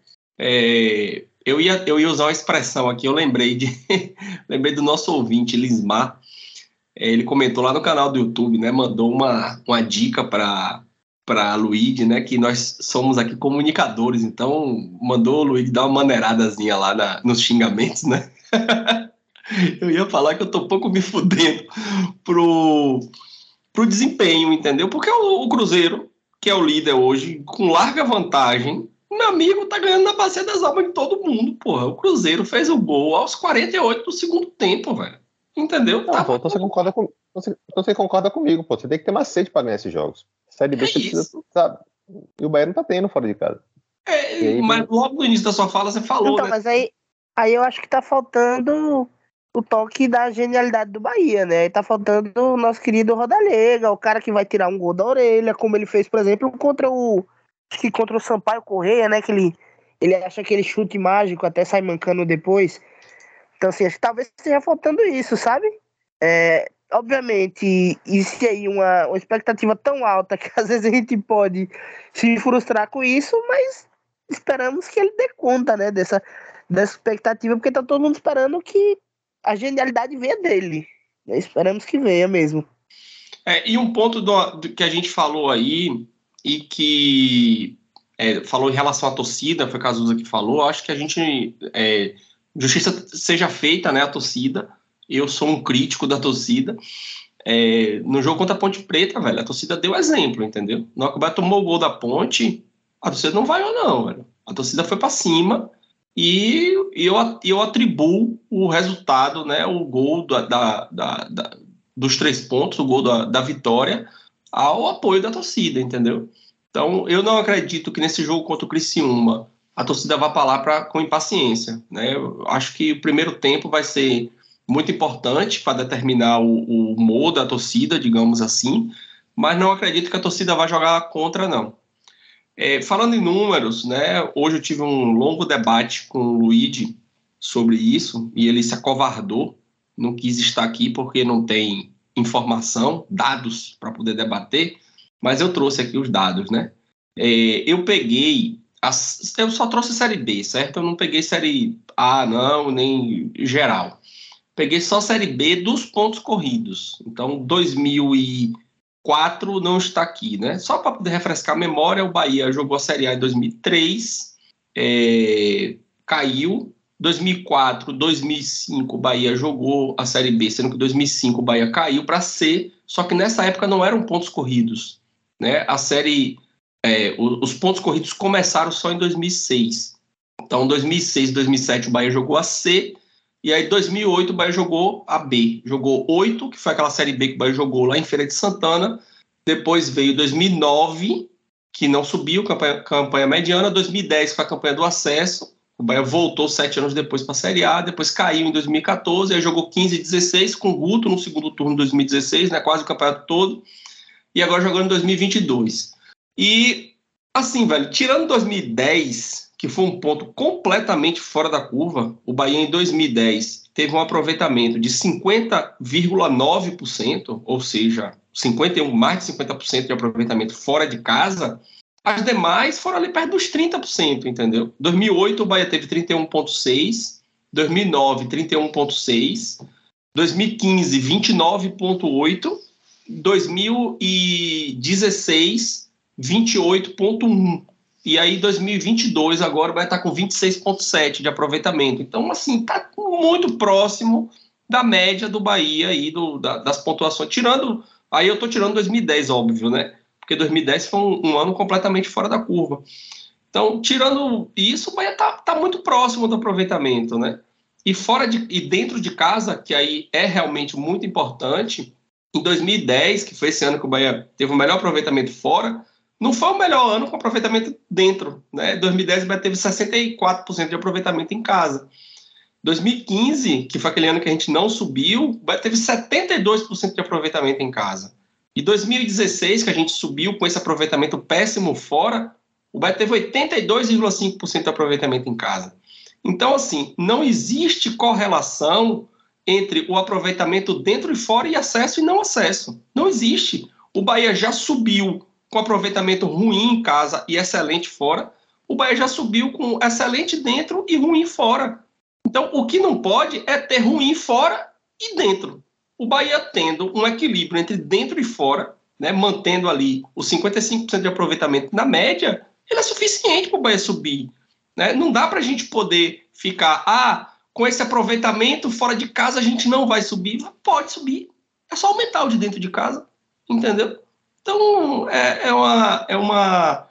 É, eu, ia, eu ia usar uma expressão aqui, eu lembrei de lembrei do nosso ouvinte, Lismar. É, ele comentou lá no canal do YouTube, né? Mandou uma, uma dica para para Luíde, né? Que nós somos aqui comunicadores, então mandou o Luíde dar uma maneiradazinha lá na, nos xingamentos, né? Eu ia falar que eu tô pouco me fudendo pro, pro desempenho, entendeu? Porque o, o Cruzeiro, que é o líder hoje, com larga vantagem, meu amigo tá ganhando na Bacia das Almas de todo mundo, porra. O Cruzeiro fez o gol aos quarenta e oito do segundo tempo, velho. Entendeu? Não, tá pô, então você concorda, com, você, então você concorda comigo, pô. Você tem que ter macete pra ganhar esses jogos. Série B é você isso. precisa, sabe? E o Bahia não tá tendo fora de casa. É, aí, mas logo no início da sua fala você falou, Então, né? mas aí, aí eu acho que tá faltando o toque da genialidade do Bahia, né? Tá faltando o nosso querido Rodalega, o cara que vai tirar um gol da orelha, como ele fez, por exemplo, contra o acho que contra o Sampaio Correia, né? Que ele, ele acha aquele chute mágico, até sai mancando depois. Então, assim, acho que talvez esteja faltando isso, sabe? É, obviamente, existe aí uma, uma expectativa tão alta que às vezes a gente pode se frustrar com isso, mas esperamos que ele dê conta, né, dessa, dessa expectativa, porque tá todo mundo esperando que a genialidade venha dele. Esperamos que venha mesmo. É, e um ponto do, do que a gente falou aí, e que é, falou em relação à torcida, foi o Cazuza que falou, acho que a gente, é, justiça seja feita, né, a torcida, eu sou um crítico da torcida, é, no jogo contra a Ponte Preta, velho, a torcida deu exemplo, entendeu? Na hora que o Bahia tomou o gol da Ponte, a torcida não vaiou não, velho, a torcida foi pra cima, e eu, eu atribuo o resultado, né, o gol da, da, da, da dos três pontos, o gol da, da vitória, ao apoio da torcida, entendeu? Então, eu não acredito que nesse jogo contra o Criciúma a torcida vá para lá pra, com impaciência, né? Eu acho que o primeiro tempo vai ser muito importante para determinar o, o humor da torcida, digamos assim, mas não acredito que a torcida vá jogar contra, não. É, falando em números, né, hoje eu tive um longo debate com o Luigi sobre isso, e ele se acovardou, não quis estar aqui porque não tem informação, dados para poder debater, mas eu trouxe aqui os dados, né? É, eu peguei, as, eu só trouxe série B, certo? Eu não peguei série A, não, nem geral. Peguei só série B dos pontos corridos. Então, dois mil e quatro não está aqui, né? Só para poder refrescar a memória, o Bahia jogou a série A em dois mil e três, é, caiu. dois mil e quatro, dois mil e cinco o Bahia jogou a Série B, sendo que em dois mil e cinco o Bahia caiu para C, só que nessa época não eram pontos corridos, né? A série, é, os pontos corridos começaram só em dois mil e seis. Então, em dois mil e seis e dois mil e sete o Bahia jogou a C, e aí em dois mil e oito o Bahia jogou a B. Jogou oito, que foi aquela Série B que o Bahia jogou lá em Feira de Santana. Depois veio dois mil e nove, que não subiu, campanha, campanha mediana. dois mil e dez, que foi a campanha do acesso. O Bahia voltou sete anos depois para a Série A, depois caiu em dois mil e quatorze, aí jogou quinze e dezesseis com o Guto no segundo turno de dois mil e dezesseis, né, quase o campeonato todo, e agora jogando em dois mil e vinte e dois. E, assim, velho, tirando dois mil e dez, que foi um ponto completamente fora da curva, o Bahia em dois mil e dez teve um aproveitamento de cinquenta vírgula nove por cento, ou seja, cinquenta e um, mais de cinquenta por cento de aproveitamento fora de casa. As demais foram ali perto dos trinta por cento, entendeu? dois mil e oito o Bahia teve trinta e um vírgula seis, dois mil e nove trinta e um vírgula seis, dois mil e quinze vinte e nove vírgula oito, dois mil e dezesseis vinte e oito vírgula um. E aí dois mil e vinte e dois agora vai estar com vinte e seis vírgula sete de aproveitamento. Então, assim, tá muito próximo da média do Bahia aí, do, da, das pontuações. Tirando, aí eu tô tirando dois mil e dez, óbvio, né? Porque dois mil e dez foi um, um ano completamente fora da curva. Então, tirando isso, o Bahia tá, tá muito próximo do aproveitamento, né? E, fora de, e dentro de casa, que aí é realmente muito importante, em dois mil e dez, que foi esse ano que o Bahia teve o melhor aproveitamento fora, não foi o melhor ano com aproveitamento dentro, né? Em dois mil e dez, o Bahia teve sessenta e quatro por cento de aproveitamento em casa. dois mil e quinze, que foi aquele ano que a gente não subiu, o Bahia teve setenta e dois por cento de aproveitamento em casa. E dois mil e dezesseis, que a gente subiu com esse aproveitamento péssimo fora, o Bahia teve oitenta e dois vírgula cinco por cento de aproveitamento em casa. Então, assim, não existe correlação entre o aproveitamento dentro e fora e acesso e não acesso. Não existe. O Bahia já subiu com aproveitamento ruim em casa e excelente fora. O Bahia já subiu com excelente dentro e ruim fora. Então, o que não pode é ter ruim fora e dentro. O Bahia tendo um equilíbrio entre dentro e fora, né, mantendo ali os cinquenta e cinco por cento de aproveitamento na média, ele é suficiente para o Bahia subir. Né? Não dá para a gente poder ficar, ah, com esse aproveitamento fora de casa a gente não vai subir. Pode subir, é só aumentar o de dentro de casa, entendeu? Então, é, é uma... É uma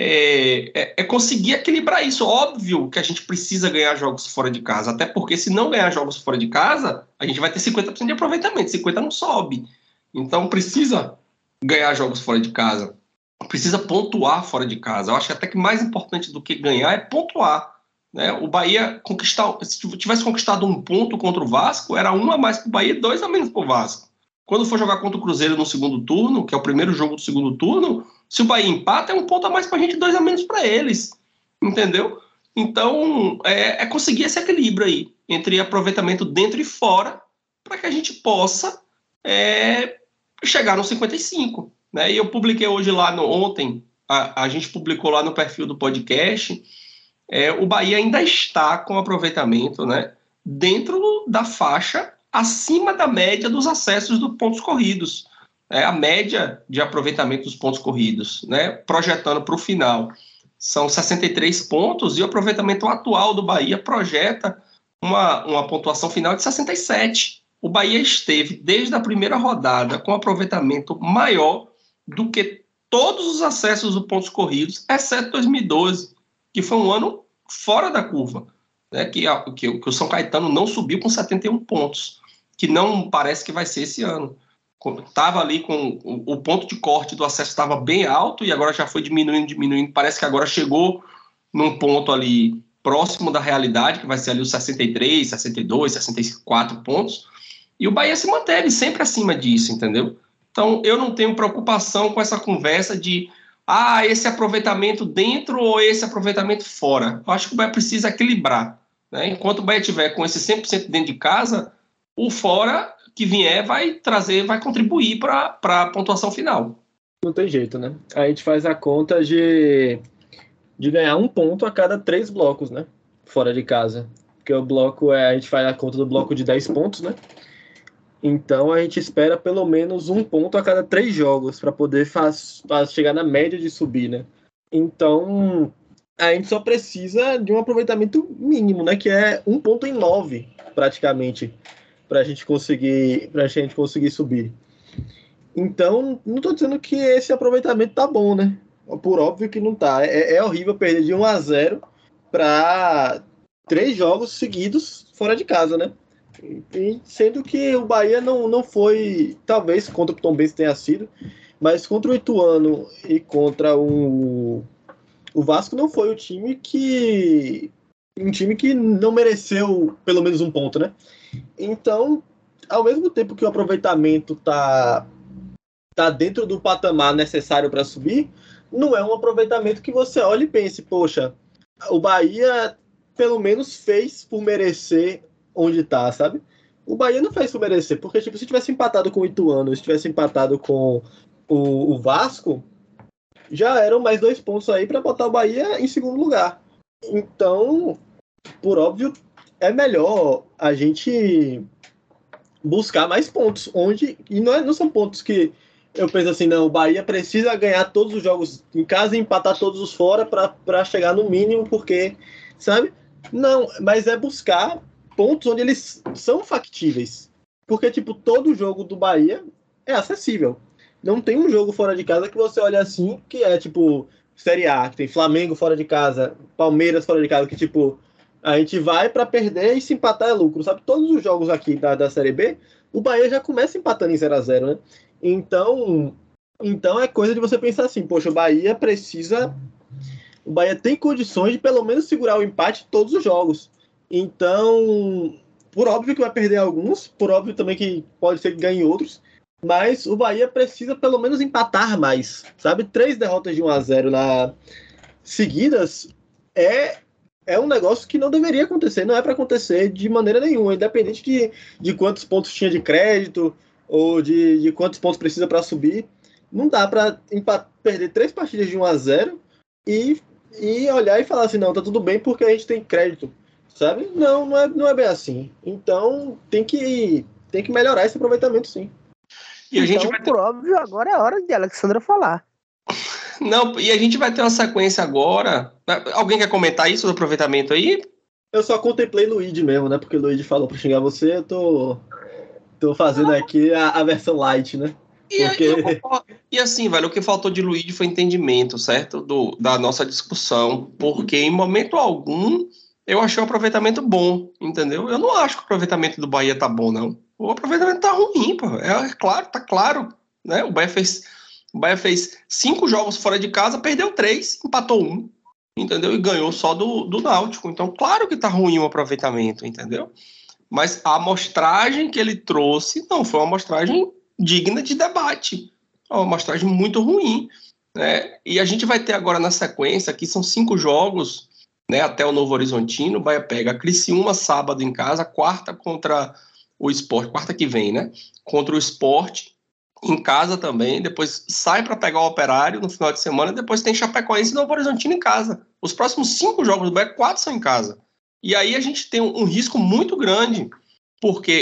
É, é, é conseguir equilibrar isso. Óbvio que a gente precisa ganhar jogos fora de casa, até porque se não ganhar jogos fora de casa, a gente vai ter cinquenta por cento de aproveitamento, cinquenta por cento não sobe. Então precisa ganhar jogos fora de casa, precisa pontuar fora de casa. Eu acho que até que mais importante do que ganhar é pontuar. Né? O Bahia, conquistar, se tivesse conquistado um ponto contra o Vasco, era um a mais para o Bahia e dois a menos para o Vasco. Quando for jogar contra o Cruzeiro no segundo turno, que é o primeiro jogo do segundo turno, se o Bahia empata, é um ponto a mais para a gente, dois a menos para eles. Entendeu? Então, é, é conseguir esse equilíbrio aí, entre aproveitamento dentro e fora, para que a gente possa é, chegar no cinquenta e cinco. Né? E eu publiquei hoje lá, no, ontem, a, a gente publicou lá no perfil do podcast, é, o Bahia ainda está com aproveitamento, né, dentro da faixa acima da média dos acessos dos pontos corridos. é, a média de aproveitamento dos pontos corridos, né, projetando para o final, são sessenta e três pontos, e o aproveitamento atual do Bahia projeta uma, uma pontuação final de sessenta e sete. O Bahia esteve, desde a primeira rodada, com aproveitamento maior do que todos os acessos dos pontos corridos, exceto dois mil e doze, que foi um ano fora da curva, né, que, a, que, que o São Caetano não subiu com setenta e um pontos, que não parece que vai ser esse ano. Estava ali com o, o ponto de corte do acesso estava bem alto e agora já foi diminuindo, diminuindo. Parece que agora chegou num ponto ali próximo da realidade, que vai ser ali os sessenta e três, sessenta e dois, sessenta e quatro pontos. E o Bahia se manteve sempre acima disso, entendeu? Então, eu não tenho preocupação com essa conversa de ah, esse aproveitamento dentro ou esse aproveitamento fora. Eu acho que o Bahia precisa equilibrar, né? Enquanto o Bahia estiver com esse cem por cento dentro de casa, o fora que vier vai trazer, vai contribuir para a pontuação final. Não tem jeito, né? A gente faz a conta de, de ganhar um ponto a cada três blocos, né? Fora de casa. Porque o bloco é, a gente faz a conta do bloco de dez pontos, né? Então a gente espera pelo menos um ponto a cada três jogos para poder faz, faz chegar na média de subir, né? Então a gente só precisa de um aproveitamento mínimo, né? Que é um ponto em nove, praticamente, para a gente conseguir, para a gente conseguir subir. Então, não estou dizendo que esse aproveitamento tá bom, né? Por óbvio que não tá. É, é horrível perder de um a zero para três jogos seguidos fora de casa, né? E, sendo que o Bahia não, não foi, talvez contra o Tombense tenha sido, mas contra o Ituano e contra o, o Vasco não foi o time que um time que não mereceu pelo menos um ponto, né? Então, ao mesmo tempo que o aproveitamento tá, tá dentro do patamar necessário para subir, não é um aproveitamento que você olha e pense, poxa, o Bahia pelo menos fez por merecer onde tá, sabe? O Bahia não fez por merecer, porque tipo, se tivesse empatado com o Ituano, se tivesse empatado com o, o Vasco, já eram mais dois pontos aí para botar o Bahia em segundo lugar. Então, por óbvio, é melhor a gente buscar mais pontos, onde, e não, é, não são pontos que eu penso assim, não, o Bahia precisa ganhar todos os jogos em casa e empatar todos os fora para chegar no mínimo, porque, sabe? Não, mas é buscar pontos onde eles são factíveis, porque, tipo, todo jogo do Bahia é acessível. Não tem um jogo fora de casa que você olha assim, que é, tipo, Série A, que tem Flamengo fora de casa, Palmeiras fora de casa, que, tipo, a gente vai para perder e se empatar é lucro, sabe? Todos os jogos aqui da, da Série B, o Bahia já começa empatando em zero a zero, né? Então, então é coisa de você pensar assim, poxa, o Bahia precisa... O Bahia tem condições de pelo menos segurar o empate em todos os jogos. Então, por óbvio que vai perder alguns, por óbvio também que pode ser que ganhe outros, mas o Bahia precisa pelo menos empatar mais, sabe? Três derrotas de um a zero na... seguidas é... é um negócio que não deveria acontecer, não é para acontecer de maneira nenhuma, independente de, de quantos pontos tinha de crédito ou de, de quantos pontos precisa para subir. Não dá para perder três partidas de um a zero e, e olhar e falar assim, não, tá tudo bem porque a gente tem crédito, sabe? Não, não é, não é bem assim. Então tem que, tem que melhorar esse aproveitamento, sim. E a então, gente vai ter... por óbvio, agora é a hora de Alexandra falar. Não, e a gente vai ter uma sequência agora. Alguém quer comentar isso do aproveitamento aí? Eu só contemplei Luigi mesmo, né? Porque o Luigi falou pra xingar você, eu tô, tô fazendo aqui a, a versão light, né? E, Porque... eu, e assim, velho, o que faltou de Luigi foi entendimento, certo? Do, da nossa discussão. Porque em momento algum eu achei o aproveitamento bom, entendeu? Eu não acho que o aproveitamento do Bahia tá bom, não. O aproveitamento tá ruim, pô. É, é claro, tá claro, né? O Bahia fez... O Bahia fez cinco jogos fora de casa, perdeu três, empatou um, entendeu? E ganhou só do, do Náutico. Então, claro que tá ruim o aproveitamento, entendeu? Mas a amostragem que ele trouxe não foi uma amostragem digna de debate. É uma amostragem muito ruim, né? E a gente vai ter agora na sequência, aqui são cinco jogos, né? Até o Novo Horizontino, o Bahia pega a Criciúma sábado em casa, quarta contra o Sport, quarta que vem, né? Contra o Sport, em casa também, depois sai para pegar o Operário no final de semana, depois tem Chapecoense e Novo Horizontino em casa. Os próximos cinco jogos do Bahia, quatro são em casa. E aí a gente tem um, um risco muito grande, porque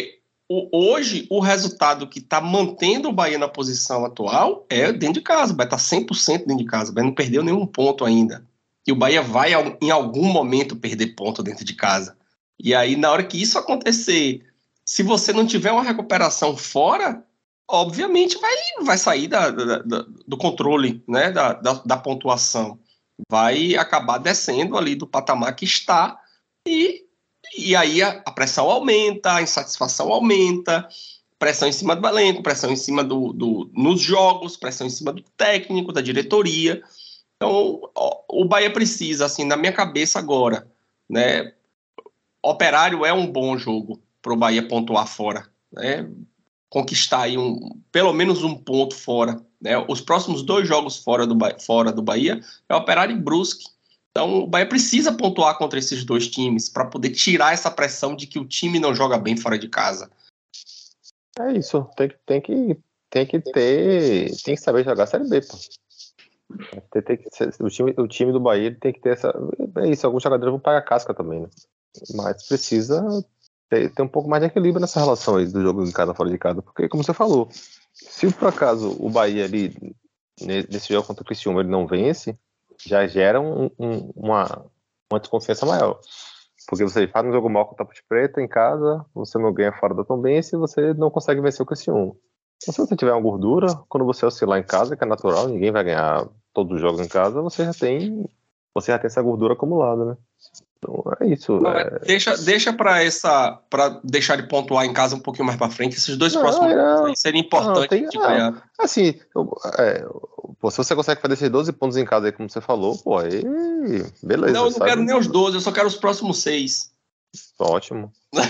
o, hoje o resultado que está mantendo o Bahia na posição atual é dentro de casa. O Bahia está cem por cento dentro de casa. O Bahia não perdeu nenhum ponto ainda. E o Bahia vai, em algum momento, perder ponto dentro de casa. E aí, na hora que isso acontecer, se você não tiver uma recuperação fora, obviamente vai, vai sair da, da, da, do controle, né, da, da, da pontuação. Vai acabar descendo ali do patamar que está e, e aí a, a pressão aumenta, a insatisfação aumenta, pressão em cima do elenco, pressão em cima do, do nos jogos, pressão em cima do técnico, da diretoria. Então, o Bahia precisa, assim, na minha cabeça agora, né? Operário é um bom jogo para o Bahia pontuar fora, né? Conquistar aí um, pelo menos um ponto fora, né? Os próximos dois jogos fora do, fora do Bahia é Operário e Brusque. Então, o Bahia precisa pontuar contra esses dois times para poder tirar essa pressão de que o time não joga bem fora de casa. É isso, tem, tem, que, tem que ter, tem que saber jogar a Série B, pô. Tem, tem que ser, o, time, o time do Bahia tem que ter essa. É isso, alguns jogadores vão pagar casca também, né? Mas precisa ter, ter um pouco mais de equilíbrio nessa relação aí do jogo em casa fora de casa, porque, como você falou, se por acaso o Bahia ali, nesse jogo contra o Criciúma, ele não vence, já gera um, um, uma, uma desconfiança maior. Porque você faz um jogo mal contra a Ponte Preta em casa, você não ganha fora da Tombense e você não consegue vencer o Criciúma. Então, se você tiver uma gordura, quando você oscilar em casa, que é natural, ninguém vai ganhar todos os jogos em casa, você já tem, você já tem essa gordura acumulada, né? Então é isso. Não, é... Deixa, deixa para essa, para deixar de pontuar em casa um pouquinho mais para frente. Esses dois não, próximos não, aí seria importante não, tem, de não, ganhar. assim, eu, é, pô, se você consegue fazer esses doze pontos em casa aí, como você falou, pô, aí beleza. Não, eu não sabe? quero nem os doze, eu só quero os próximos seis. Ótimo.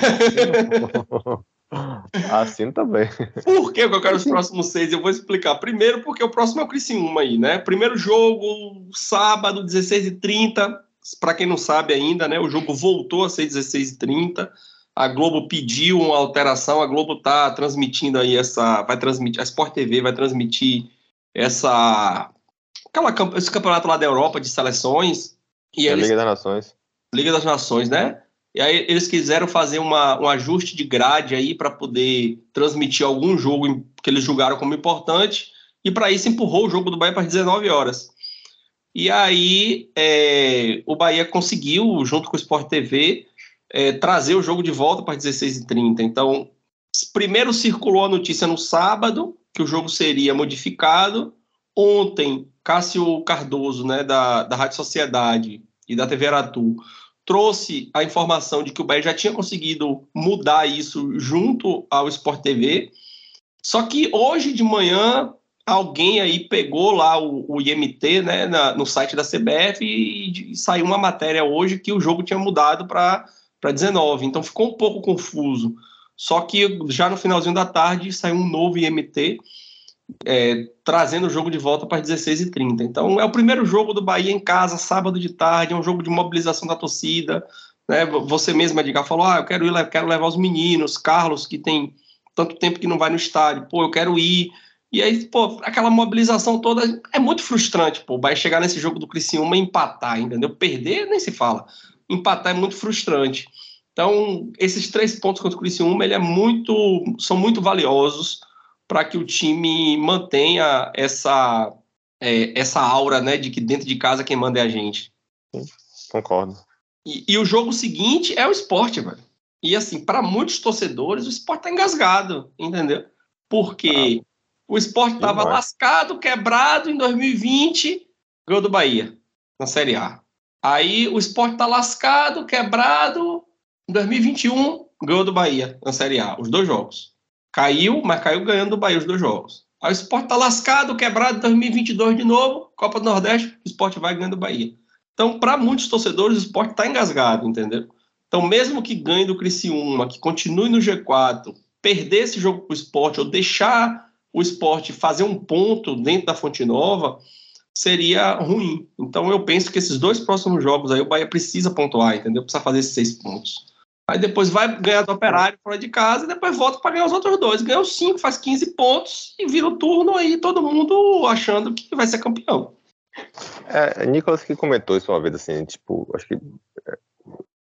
Assino também. Por que eu quero os próximos seis? Eu vou explicar. Primeiro, porque o próximo é o Criciúma aí, né? Primeiro jogo, sábado, dezesseis e trinta. Para quem não sabe ainda, né? O jogo voltou a ser dezesseis e trinta. A Globo pediu uma alteração. A Globo tá transmitindo aí essa... Vai transmitir... A Sport T V vai transmitir essa... Aquela, esse campeonato lá da Europa de seleções. E É a eles... Liga das Nações. Liga das Nações, né? E aí eles quiseram fazer uma, um ajuste de grade aí para poder transmitir algum jogo que eles julgaram como importante, e para isso empurrou o jogo do Bahia para as dezenove horas. E aí é, o Bahia conseguiu, junto com o Sport T V, é, trazer o jogo de volta para as dezesseis e trinta. Então, primeiro circulou a notícia no sábado, que o jogo seria modificado. Ontem, Cássio Cardoso, né, da, da Rádio Sociedade e da T V Aratu, trouxe a informação de que o Bahia já tinha conseguido mudar isso junto ao Sport T V, só que hoje de manhã alguém aí pegou lá o, o I M T, né, na, no site da C B F e, e saiu uma matéria hoje que o jogo tinha mudado para dezenove, então ficou um pouco confuso. Só que já no finalzinho da tarde saiu um novo I M T, É, trazendo o jogo de volta para as dezesseis e trinta. Então é o primeiro jogo do Bahia em casa, sábado de tarde, é um jogo de mobilização da torcida, né? Você mesmo, Edgar, falou, ah, eu quero ir, quero levar os meninos, Carlos, que tem tanto tempo que não vai no estádio, pô, eu quero ir, e aí, pô, aquela mobilização toda é muito frustrante, pô, o Bahia chegar nesse jogo do Criciúma e empatar, entendeu? Perder nem se fala, empatar é muito frustrante. Então, esses três pontos contra o Criciúma, ele é muito, são muito valiosos para que o time mantenha essa, é, essa aura, né, de que dentro de casa quem manda é a gente. Concordo. E, e o jogo seguinte é o Sport, velho. E assim, para muitos torcedores, o Sport tá engasgado, entendeu? Porque ah, o Sport tava demais. lascado, quebrado em dois mil e vinte, ganhou do Bahia, na Série A. Aí o Sport tá lascado, quebrado, em dois mil e vinte e um, ganhou do Bahia, na Série A, os dois jogos. Caiu, mas caiu ganhando do Bahia os dois jogos. Aí o Sport tá lascado, quebrado em dois mil e vinte e dois de novo, Copa do Nordeste, o Sport vai ganhando do Bahia. Então, para muitos torcedores, o Sport tá engasgado, entendeu? Então, mesmo que ganhe do Criciúma, que continue no G quatro, perder esse jogo pro Sport ou deixar o Sport fazer um ponto dentro da Fonte Nova, seria ruim. Então, eu penso que esses dois próximos jogos aí, o Bahia precisa pontuar, entendeu? Precisa fazer esses seis pontos. Aí depois vai ganhar do Operário fora de casa e depois volta para ganhar os outros dois. Ganha os cinco, faz quinze pontos e vira o turno aí, todo mundo achando que vai ser campeão. É, Nicolas que comentou isso uma vez, assim, tipo, acho que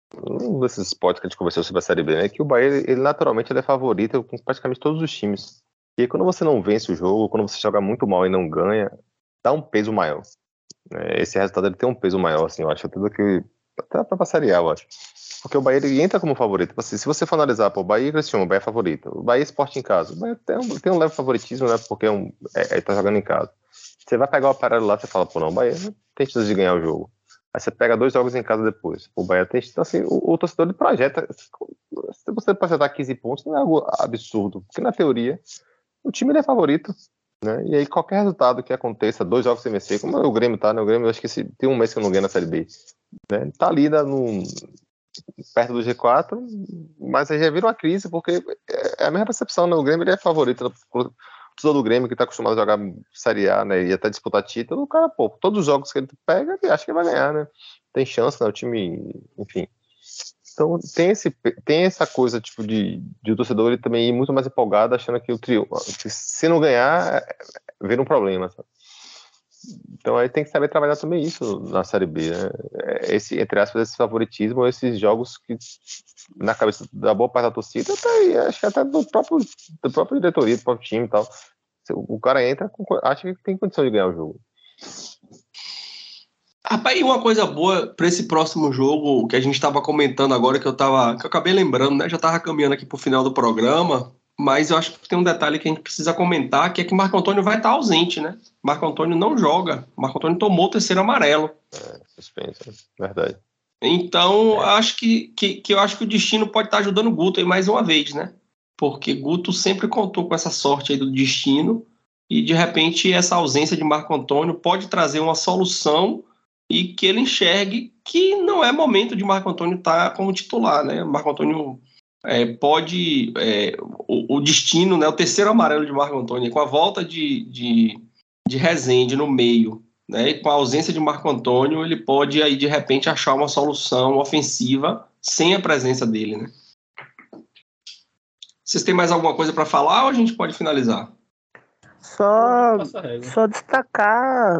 num desses spots que a gente conversou sobre a Série B, né? Que o Bahia, ele, ele naturalmente ele é favorito com praticamente todos os times. E aí, quando você não vence o jogo, quando você joga muito mal e não ganha, dá um peso maior. Né? Esse resultado ele tem um peso maior, assim, eu acho, até do que até pra própria Série A, eu acho. Porque o Bahia ele entra como favorito. Assim, se você for analisar, pô, o Bahia e Criciúma, o Bahia é favorito. O Bahia Sport em casa. O Bahia tem um, tem um leve favoritismo, né? Porque é um, é, é, tá jogando em casa. Você vai pegar o aparelho lá, você fala, pô, não, o Bahia tem chance de ganhar o jogo. Aí você pega dois jogos em casa depois. O Bahia tem. Então, assim, o, o torcedor ele projeta. Se você projetar quinze pontos, não é algo absurdo. Porque, na teoria, o time ele é favorito. Né? E aí, qualquer resultado que aconteça, dois jogos sem vencer, como o Grêmio tá, né? O Grêmio, eu acho que esse, tem um mês que eu não ganho na Série B. Né? Tá ali no, perto do G quatro, mas aí já vira uma crise, porque é a mesma percepção, né? O Grêmio ele é favorito. O torcedor do Grêmio, que tá acostumado a jogar Série A, né? E até disputar título, o cara, pô, todos os jogos que ele pega, ele acha que vai ganhar, né? Tem chance, né? O time, enfim. Então tem, esse, tem essa coisa, tipo, de, de o torcedor ele também ir muito mais empolgado, achando que o trio, se não ganhar, vira um problema, sabe? Então aí tem que saber trabalhar também isso na Série B, né? Esse, entre aspas, esse favoritismo, esses jogos que na cabeça da boa parte da torcida, até, acho que até do próprio, do próprio diretoria, do próprio time e tal. O cara entra, acha que tem condição de ganhar o jogo. Rapaz, e uma coisa boa para esse próximo jogo que a gente estava comentando agora, que eu tava, que eu acabei lembrando, né? Já estava caminhando aqui para o final do programa, mas eu acho que tem um detalhe que a gente precisa comentar, que é que o Marco Antônio vai estar ausente, né? Marco Antônio não joga. Marco Antônio tomou o terceiro amarelo. É, suspensa, verdade. Então, é. acho que, que, que eu acho que o destino pode estar ajudando o Guto aí mais uma vez, né? Porque Guto sempre contou com essa sorte aí do destino e, de repente, essa ausência de Marco Antônio pode trazer uma solução e que ele enxergue que não é momento de Marco Antônio estar como titular, né? Marco Antônio é, pode... É, o, o destino, né? O terceiro amarelo de Marco Antônio, com a volta de, de, de Rezende no meio, né? E com a ausência de Marco Antônio, ele pode, aí, de repente, achar uma solução ofensiva sem a presença dele, né? Vocês têm mais alguma coisa para falar ou a gente pode finalizar? Só, só destacar...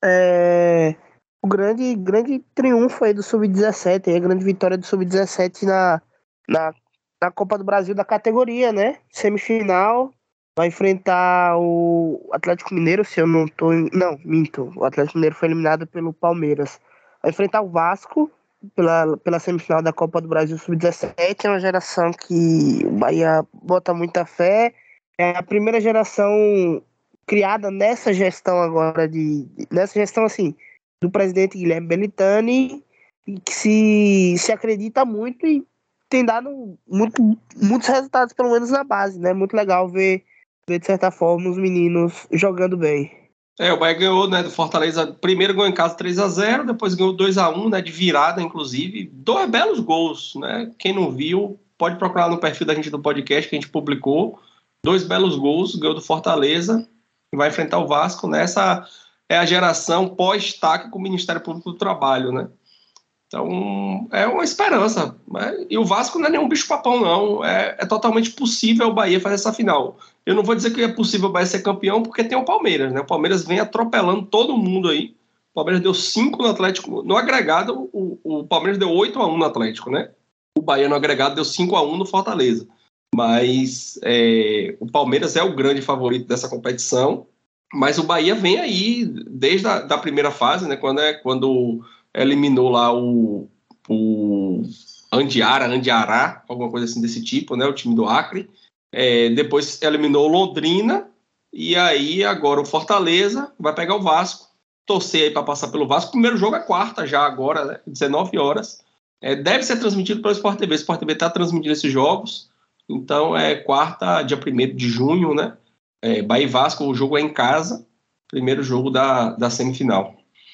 É... O grande, grande triunfo aí do sub dezessete, a grande vitória do sub dezessete na, na, na Copa do Brasil da categoria, né? Semifinal, vai enfrentar o Atlético Mineiro, se eu não tô... Não, minto, o Atlético Mineiro foi eliminado pelo Palmeiras. Vai enfrentar o Vasco pela, pela semifinal da Copa do Brasil sub dezessete, é uma geração que o Bahia bota muita fé, é a primeira geração criada nessa gestão agora, de nessa gestão assim... do presidente Guilherme Belitani, que se, se acredita muito e tem dado muito, muitos resultados, pelo menos na base, né? Muito legal ver, ver, de certa forma, os meninos jogando bem. É, o Bahia ganhou, né, do Fortaleza, primeiro ganhou em casa três a zero, depois ganhou dois a um, né, de virada, inclusive, dois belos gols, né? Quem não viu, pode procurar no perfil da gente do podcast que a gente publicou, dois belos gols, ganhou do Fortaleza, e vai enfrentar o Vasco nessa... é a geração pós-taca com o Ministério Público do Trabalho, né? Então, é uma esperança. Né? E o Vasco não é nenhum bicho-papão, não. É, é totalmente possível o Bahia fazer essa final. Eu não vou dizer que é possível o Bahia ser campeão, porque tem o Palmeiras, né? O Palmeiras vem atropelando todo mundo aí. O Palmeiras deu cinco no Atlético. No agregado, o, o Palmeiras deu oito a um no Atlético, né? O Bahia no agregado deu cinco a um no Fortaleza. Mas é, o Palmeiras é o grande favorito dessa competição. Mas o Bahia vem aí desde a da primeira fase, né, quando, é, quando eliminou lá o, o Andiara, Andiará, alguma coisa assim desse tipo, né, o time do Acre. É, depois eliminou o Londrina e aí agora o Fortaleza vai pegar o Vasco, torcer aí para passar pelo Vasco. O primeiro jogo é quarta já agora, né, dezenove horas. É, deve ser transmitido pelo Sport T V. O Sport T V está transmitindo esses jogos. Então é quarta, dia primeiro de junho, né? É, Bahia e Vasco, o jogo é em casa, primeiro jogo da, da semifinal.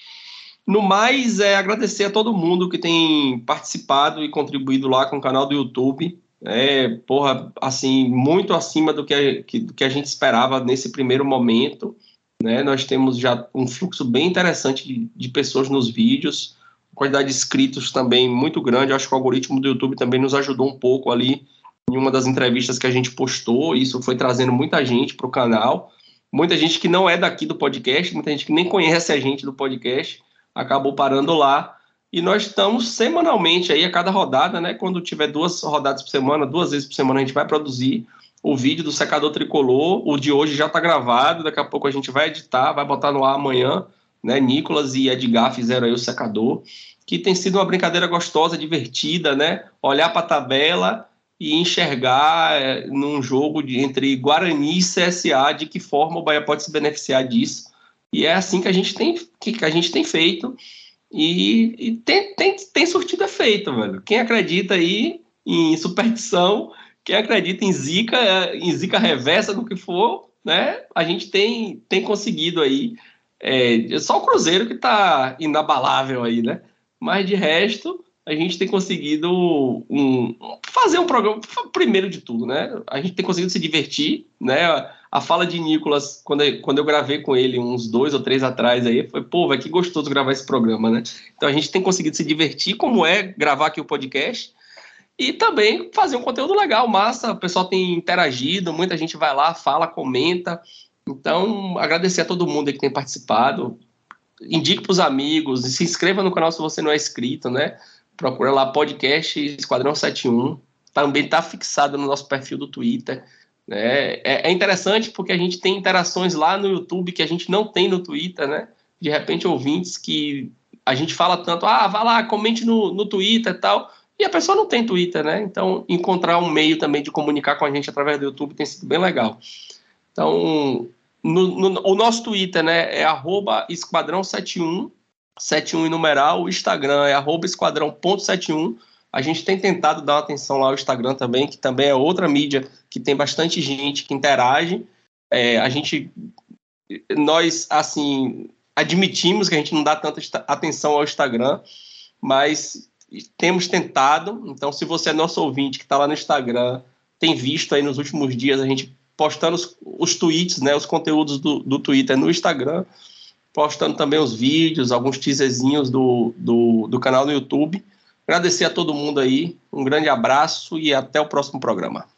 No mais, é agradecer a todo mundo que tem participado e contribuído lá com o canal do YouTube. É, porra, assim, muito acima do que a, que, do que a gente esperava nesse primeiro momento. Né? Nós temos já um fluxo bem interessante de, de pessoas nos vídeos, quantidade de inscritos também muito grande. Eu acho que o algoritmo do YouTube também nos ajudou um pouco ali em uma das entrevistas que a gente postou. Isso foi trazendo muita gente para o canal, muita gente que não é daqui do podcast, muita gente que nem conhece a gente do podcast, acabou parando lá E nós estamos semanalmente aí, a cada rodada, né? Quando tiver duas rodadas por semana, duas vezes por semana, a gente vai produzir o vídeo do secador tricolor. O de hoje já está gravado, daqui a pouco a gente vai editar, vai botar no ar amanhã, né? Nicolas e Edgar fizeram aí o secador, que tem sido uma brincadeira gostosa, divertida, né? Olhar para a tabela e enxergar é, num jogo de, entre Guarani e C S A de que forma o Bahia pode se beneficiar disso. E é assim que a gente tem, que a gente tem feito e, e tem, tem, tem surtido efeito, velho. Quem acredita aí em superstição, quem acredita em zica, em zica reversa, no que for, né? A gente tem, tem conseguido aí. É, só o Cruzeiro que está inabalável aí, né? Mas de resto, a gente tem conseguido um, fazer um programa, primeiro de tudo, né? A gente tem conseguido se divertir, né? A fala de Nicolas, quando eu, quando eu gravei com ele uns dois ou três atrás aí, foi, pô, velho, que gostoso gravar esse programa, né? Então a gente tem conseguido se divertir, como é gravar aqui o podcast, e também fazer um conteúdo legal, massa, o pessoal tem interagido, muita gente vai lá, fala, comenta. Então, agradecer a todo mundo aí que tem participado. Indique para os amigos e se inscreva no canal se você não é inscrito, né? Procura lá podcast Esquadrão setenta e um. Também está fixado no nosso perfil do Twitter. Né? É, é interessante porque a gente tem interações lá no YouTube que a gente não tem no Twitter, né? De repente, ouvintes que a gente fala tanto, ah, vai lá, comente no, no Twitter e tal, e a pessoa não tem Twitter, né? Então, encontrar um meio também de comunicar com a gente através do YouTube tem sido bem legal. Então, no, no, o nosso Twitter, né, é arroba esquadrão setenta e um, setenta e um em numeral, o Instagram é arroba esquadrão ponto setenta e um. A gente tem tentado dar uma atenção lá ao Instagram também, que também é outra mídia que tem bastante gente que interage. É, a gente, nós, assim, admitimos que a gente não dá tanta atenção ao Instagram, mas temos tentado. Então, se você é nosso ouvinte que está lá no Instagram, tem visto aí nos últimos dias a gente postando os, os tweets, né, os conteúdos do, do Twitter no Instagram, postando também os vídeos, alguns teaserzinhos do, do, do canal no YouTube. Agradecer a todo mundo aí, um grande abraço e até o próximo programa.